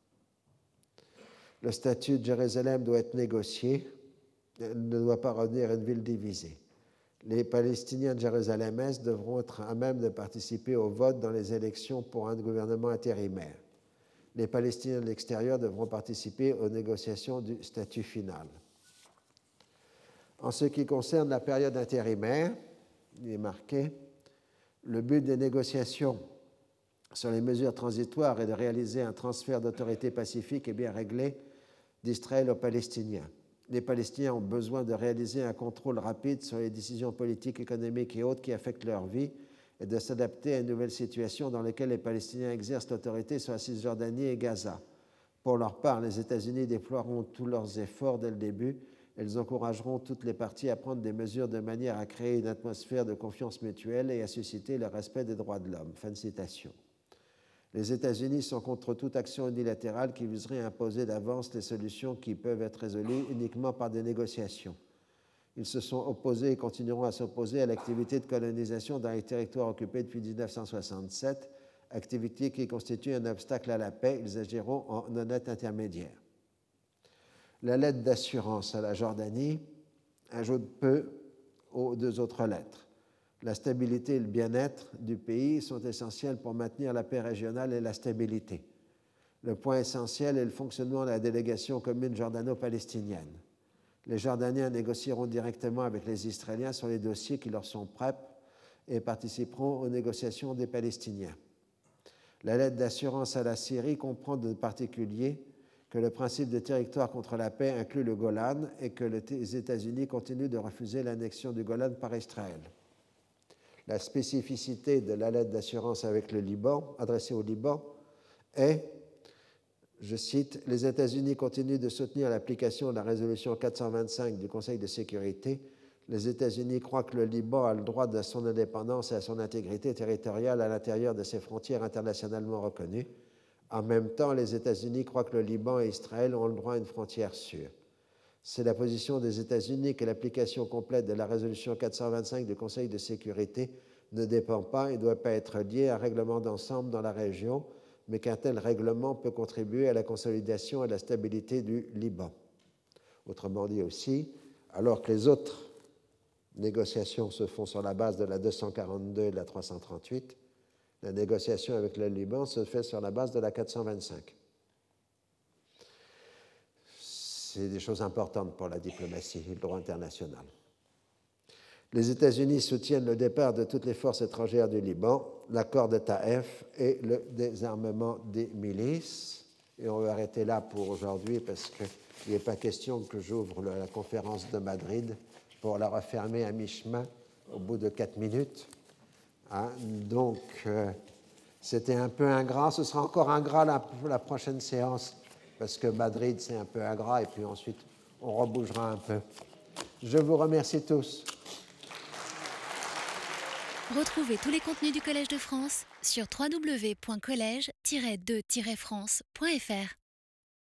S2: Le statut de Jérusalem doit être négocié. Elle ne doit pas revenir à une ville divisée. Les Palestiniens de Jérusalem-Est devront être à même de participer au vote dans les élections pour un gouvernement intérimaire. Les Palestiniens de l'extérieur devront participer aux négociations du statut final. En ce qui concerne la période intérimaire, il est marqué « Le but des négociations sur les mesures transitoires est de réaliser un transfert d'autorité pacifique et bien réglé d'Israël aux Palestiniens. Les Palestiniens ont besoin de réaliser un contrôle rapide sur les décisions politiques, économiques et autres qui affectent leur vie et de s'adapter à une nouvelle situation dans laquelle les Palestiniens exercent l'autorité sur la Cisjordanie et Gaza. Pour leur part, les États-Unis déploieront tous leurs efforts dès le début. Elles encourageront toutes les parties à prendre des mesures de manière à créer une atmosphère de confiance mutuelle et à susciter le respect des droits de l'homme. » Fin de citation. Les États-Unis sont contre toute action unilatérale qui viserait à imposer d'avance les solutions qui peuvent être résolues uniquement par des négociations. Ils se sont opposés et continueront à s'opposer à l'activité de colonisation dans les territoires occupés depuis 1967, activité qui constitue un obstacle à la paix. Ils agiront en honnête intermédiaire. La lettre d'assurance à la Jordanie ajoute peu aux deux autres lettres. La stabilité et le bien-être du pays sont essentiels pour maintenir la paix régionale et la stabilité. Le point essentiel est le fonctionnement de la délégation commune jordano-palestinienne. Les Jordaniens négocieront directement avec les Israéliens sur les dossiers qui leur sont prêts et participeront aux négociations des Palestiniens. La lettre d'assurance à la Syrie comprend de particulier que le principe de territoire contre la paix inclut le Golan et que les États-Unis continuent de refuser l'annexion du Golan par Israël. La spécificité de la lettre d'assurance avec le Liban, adressée au Liban, est, je cite, « Les États-Unis continuent de soutenir l'application de la résolution 425 du Conseil de sécurité. Les États-Unis croient que le Liban a le droit de son indépendance et à son intégrité territoriale à l'intérieur de ses frontières internationalement reconnues. En même temps, les États-Unis croient que le Liban et Israël ont le droit à une frontière sûre. C'est la position des États-Unis que l'application complète de la résolution 425 du Conseil de sécurité ne dépend pas et ne doit pas être liée à un règlement d'ensemble dans la région, mais qu'un tel règlement peut contribuer à la consolidation et à la stabilité du Liban. » Autrement dit aussi, alors que les autres négociations se font sur la base de la 242 et de la 338, La négociation avec le Liban se fait sur la base de la 425. C'est des choses importantes pour la diplomatie et le droit international. Les États-Unis soutiennent le départ de toutes les forces étrangères du Liban, l'accord de Taïf et le désarmement des milices. Et on va arrêter là pour aujourd'hui parce qu'il n'est pas question que j'ouvre la conférence de Madrid pour la refermer à mi-chemin au bout de 4 minutes. Hein? Donc, c'était un peu ingrat. Ce sera encore ingrat la prochaine séance parce que Madrid, c'est un peu ingrat et puis ensuite, on rebougera un peu. Je vous remercie tous.
S1: Retrouvez tous les contenus du Collège de France sur www.collège-2-france.fr.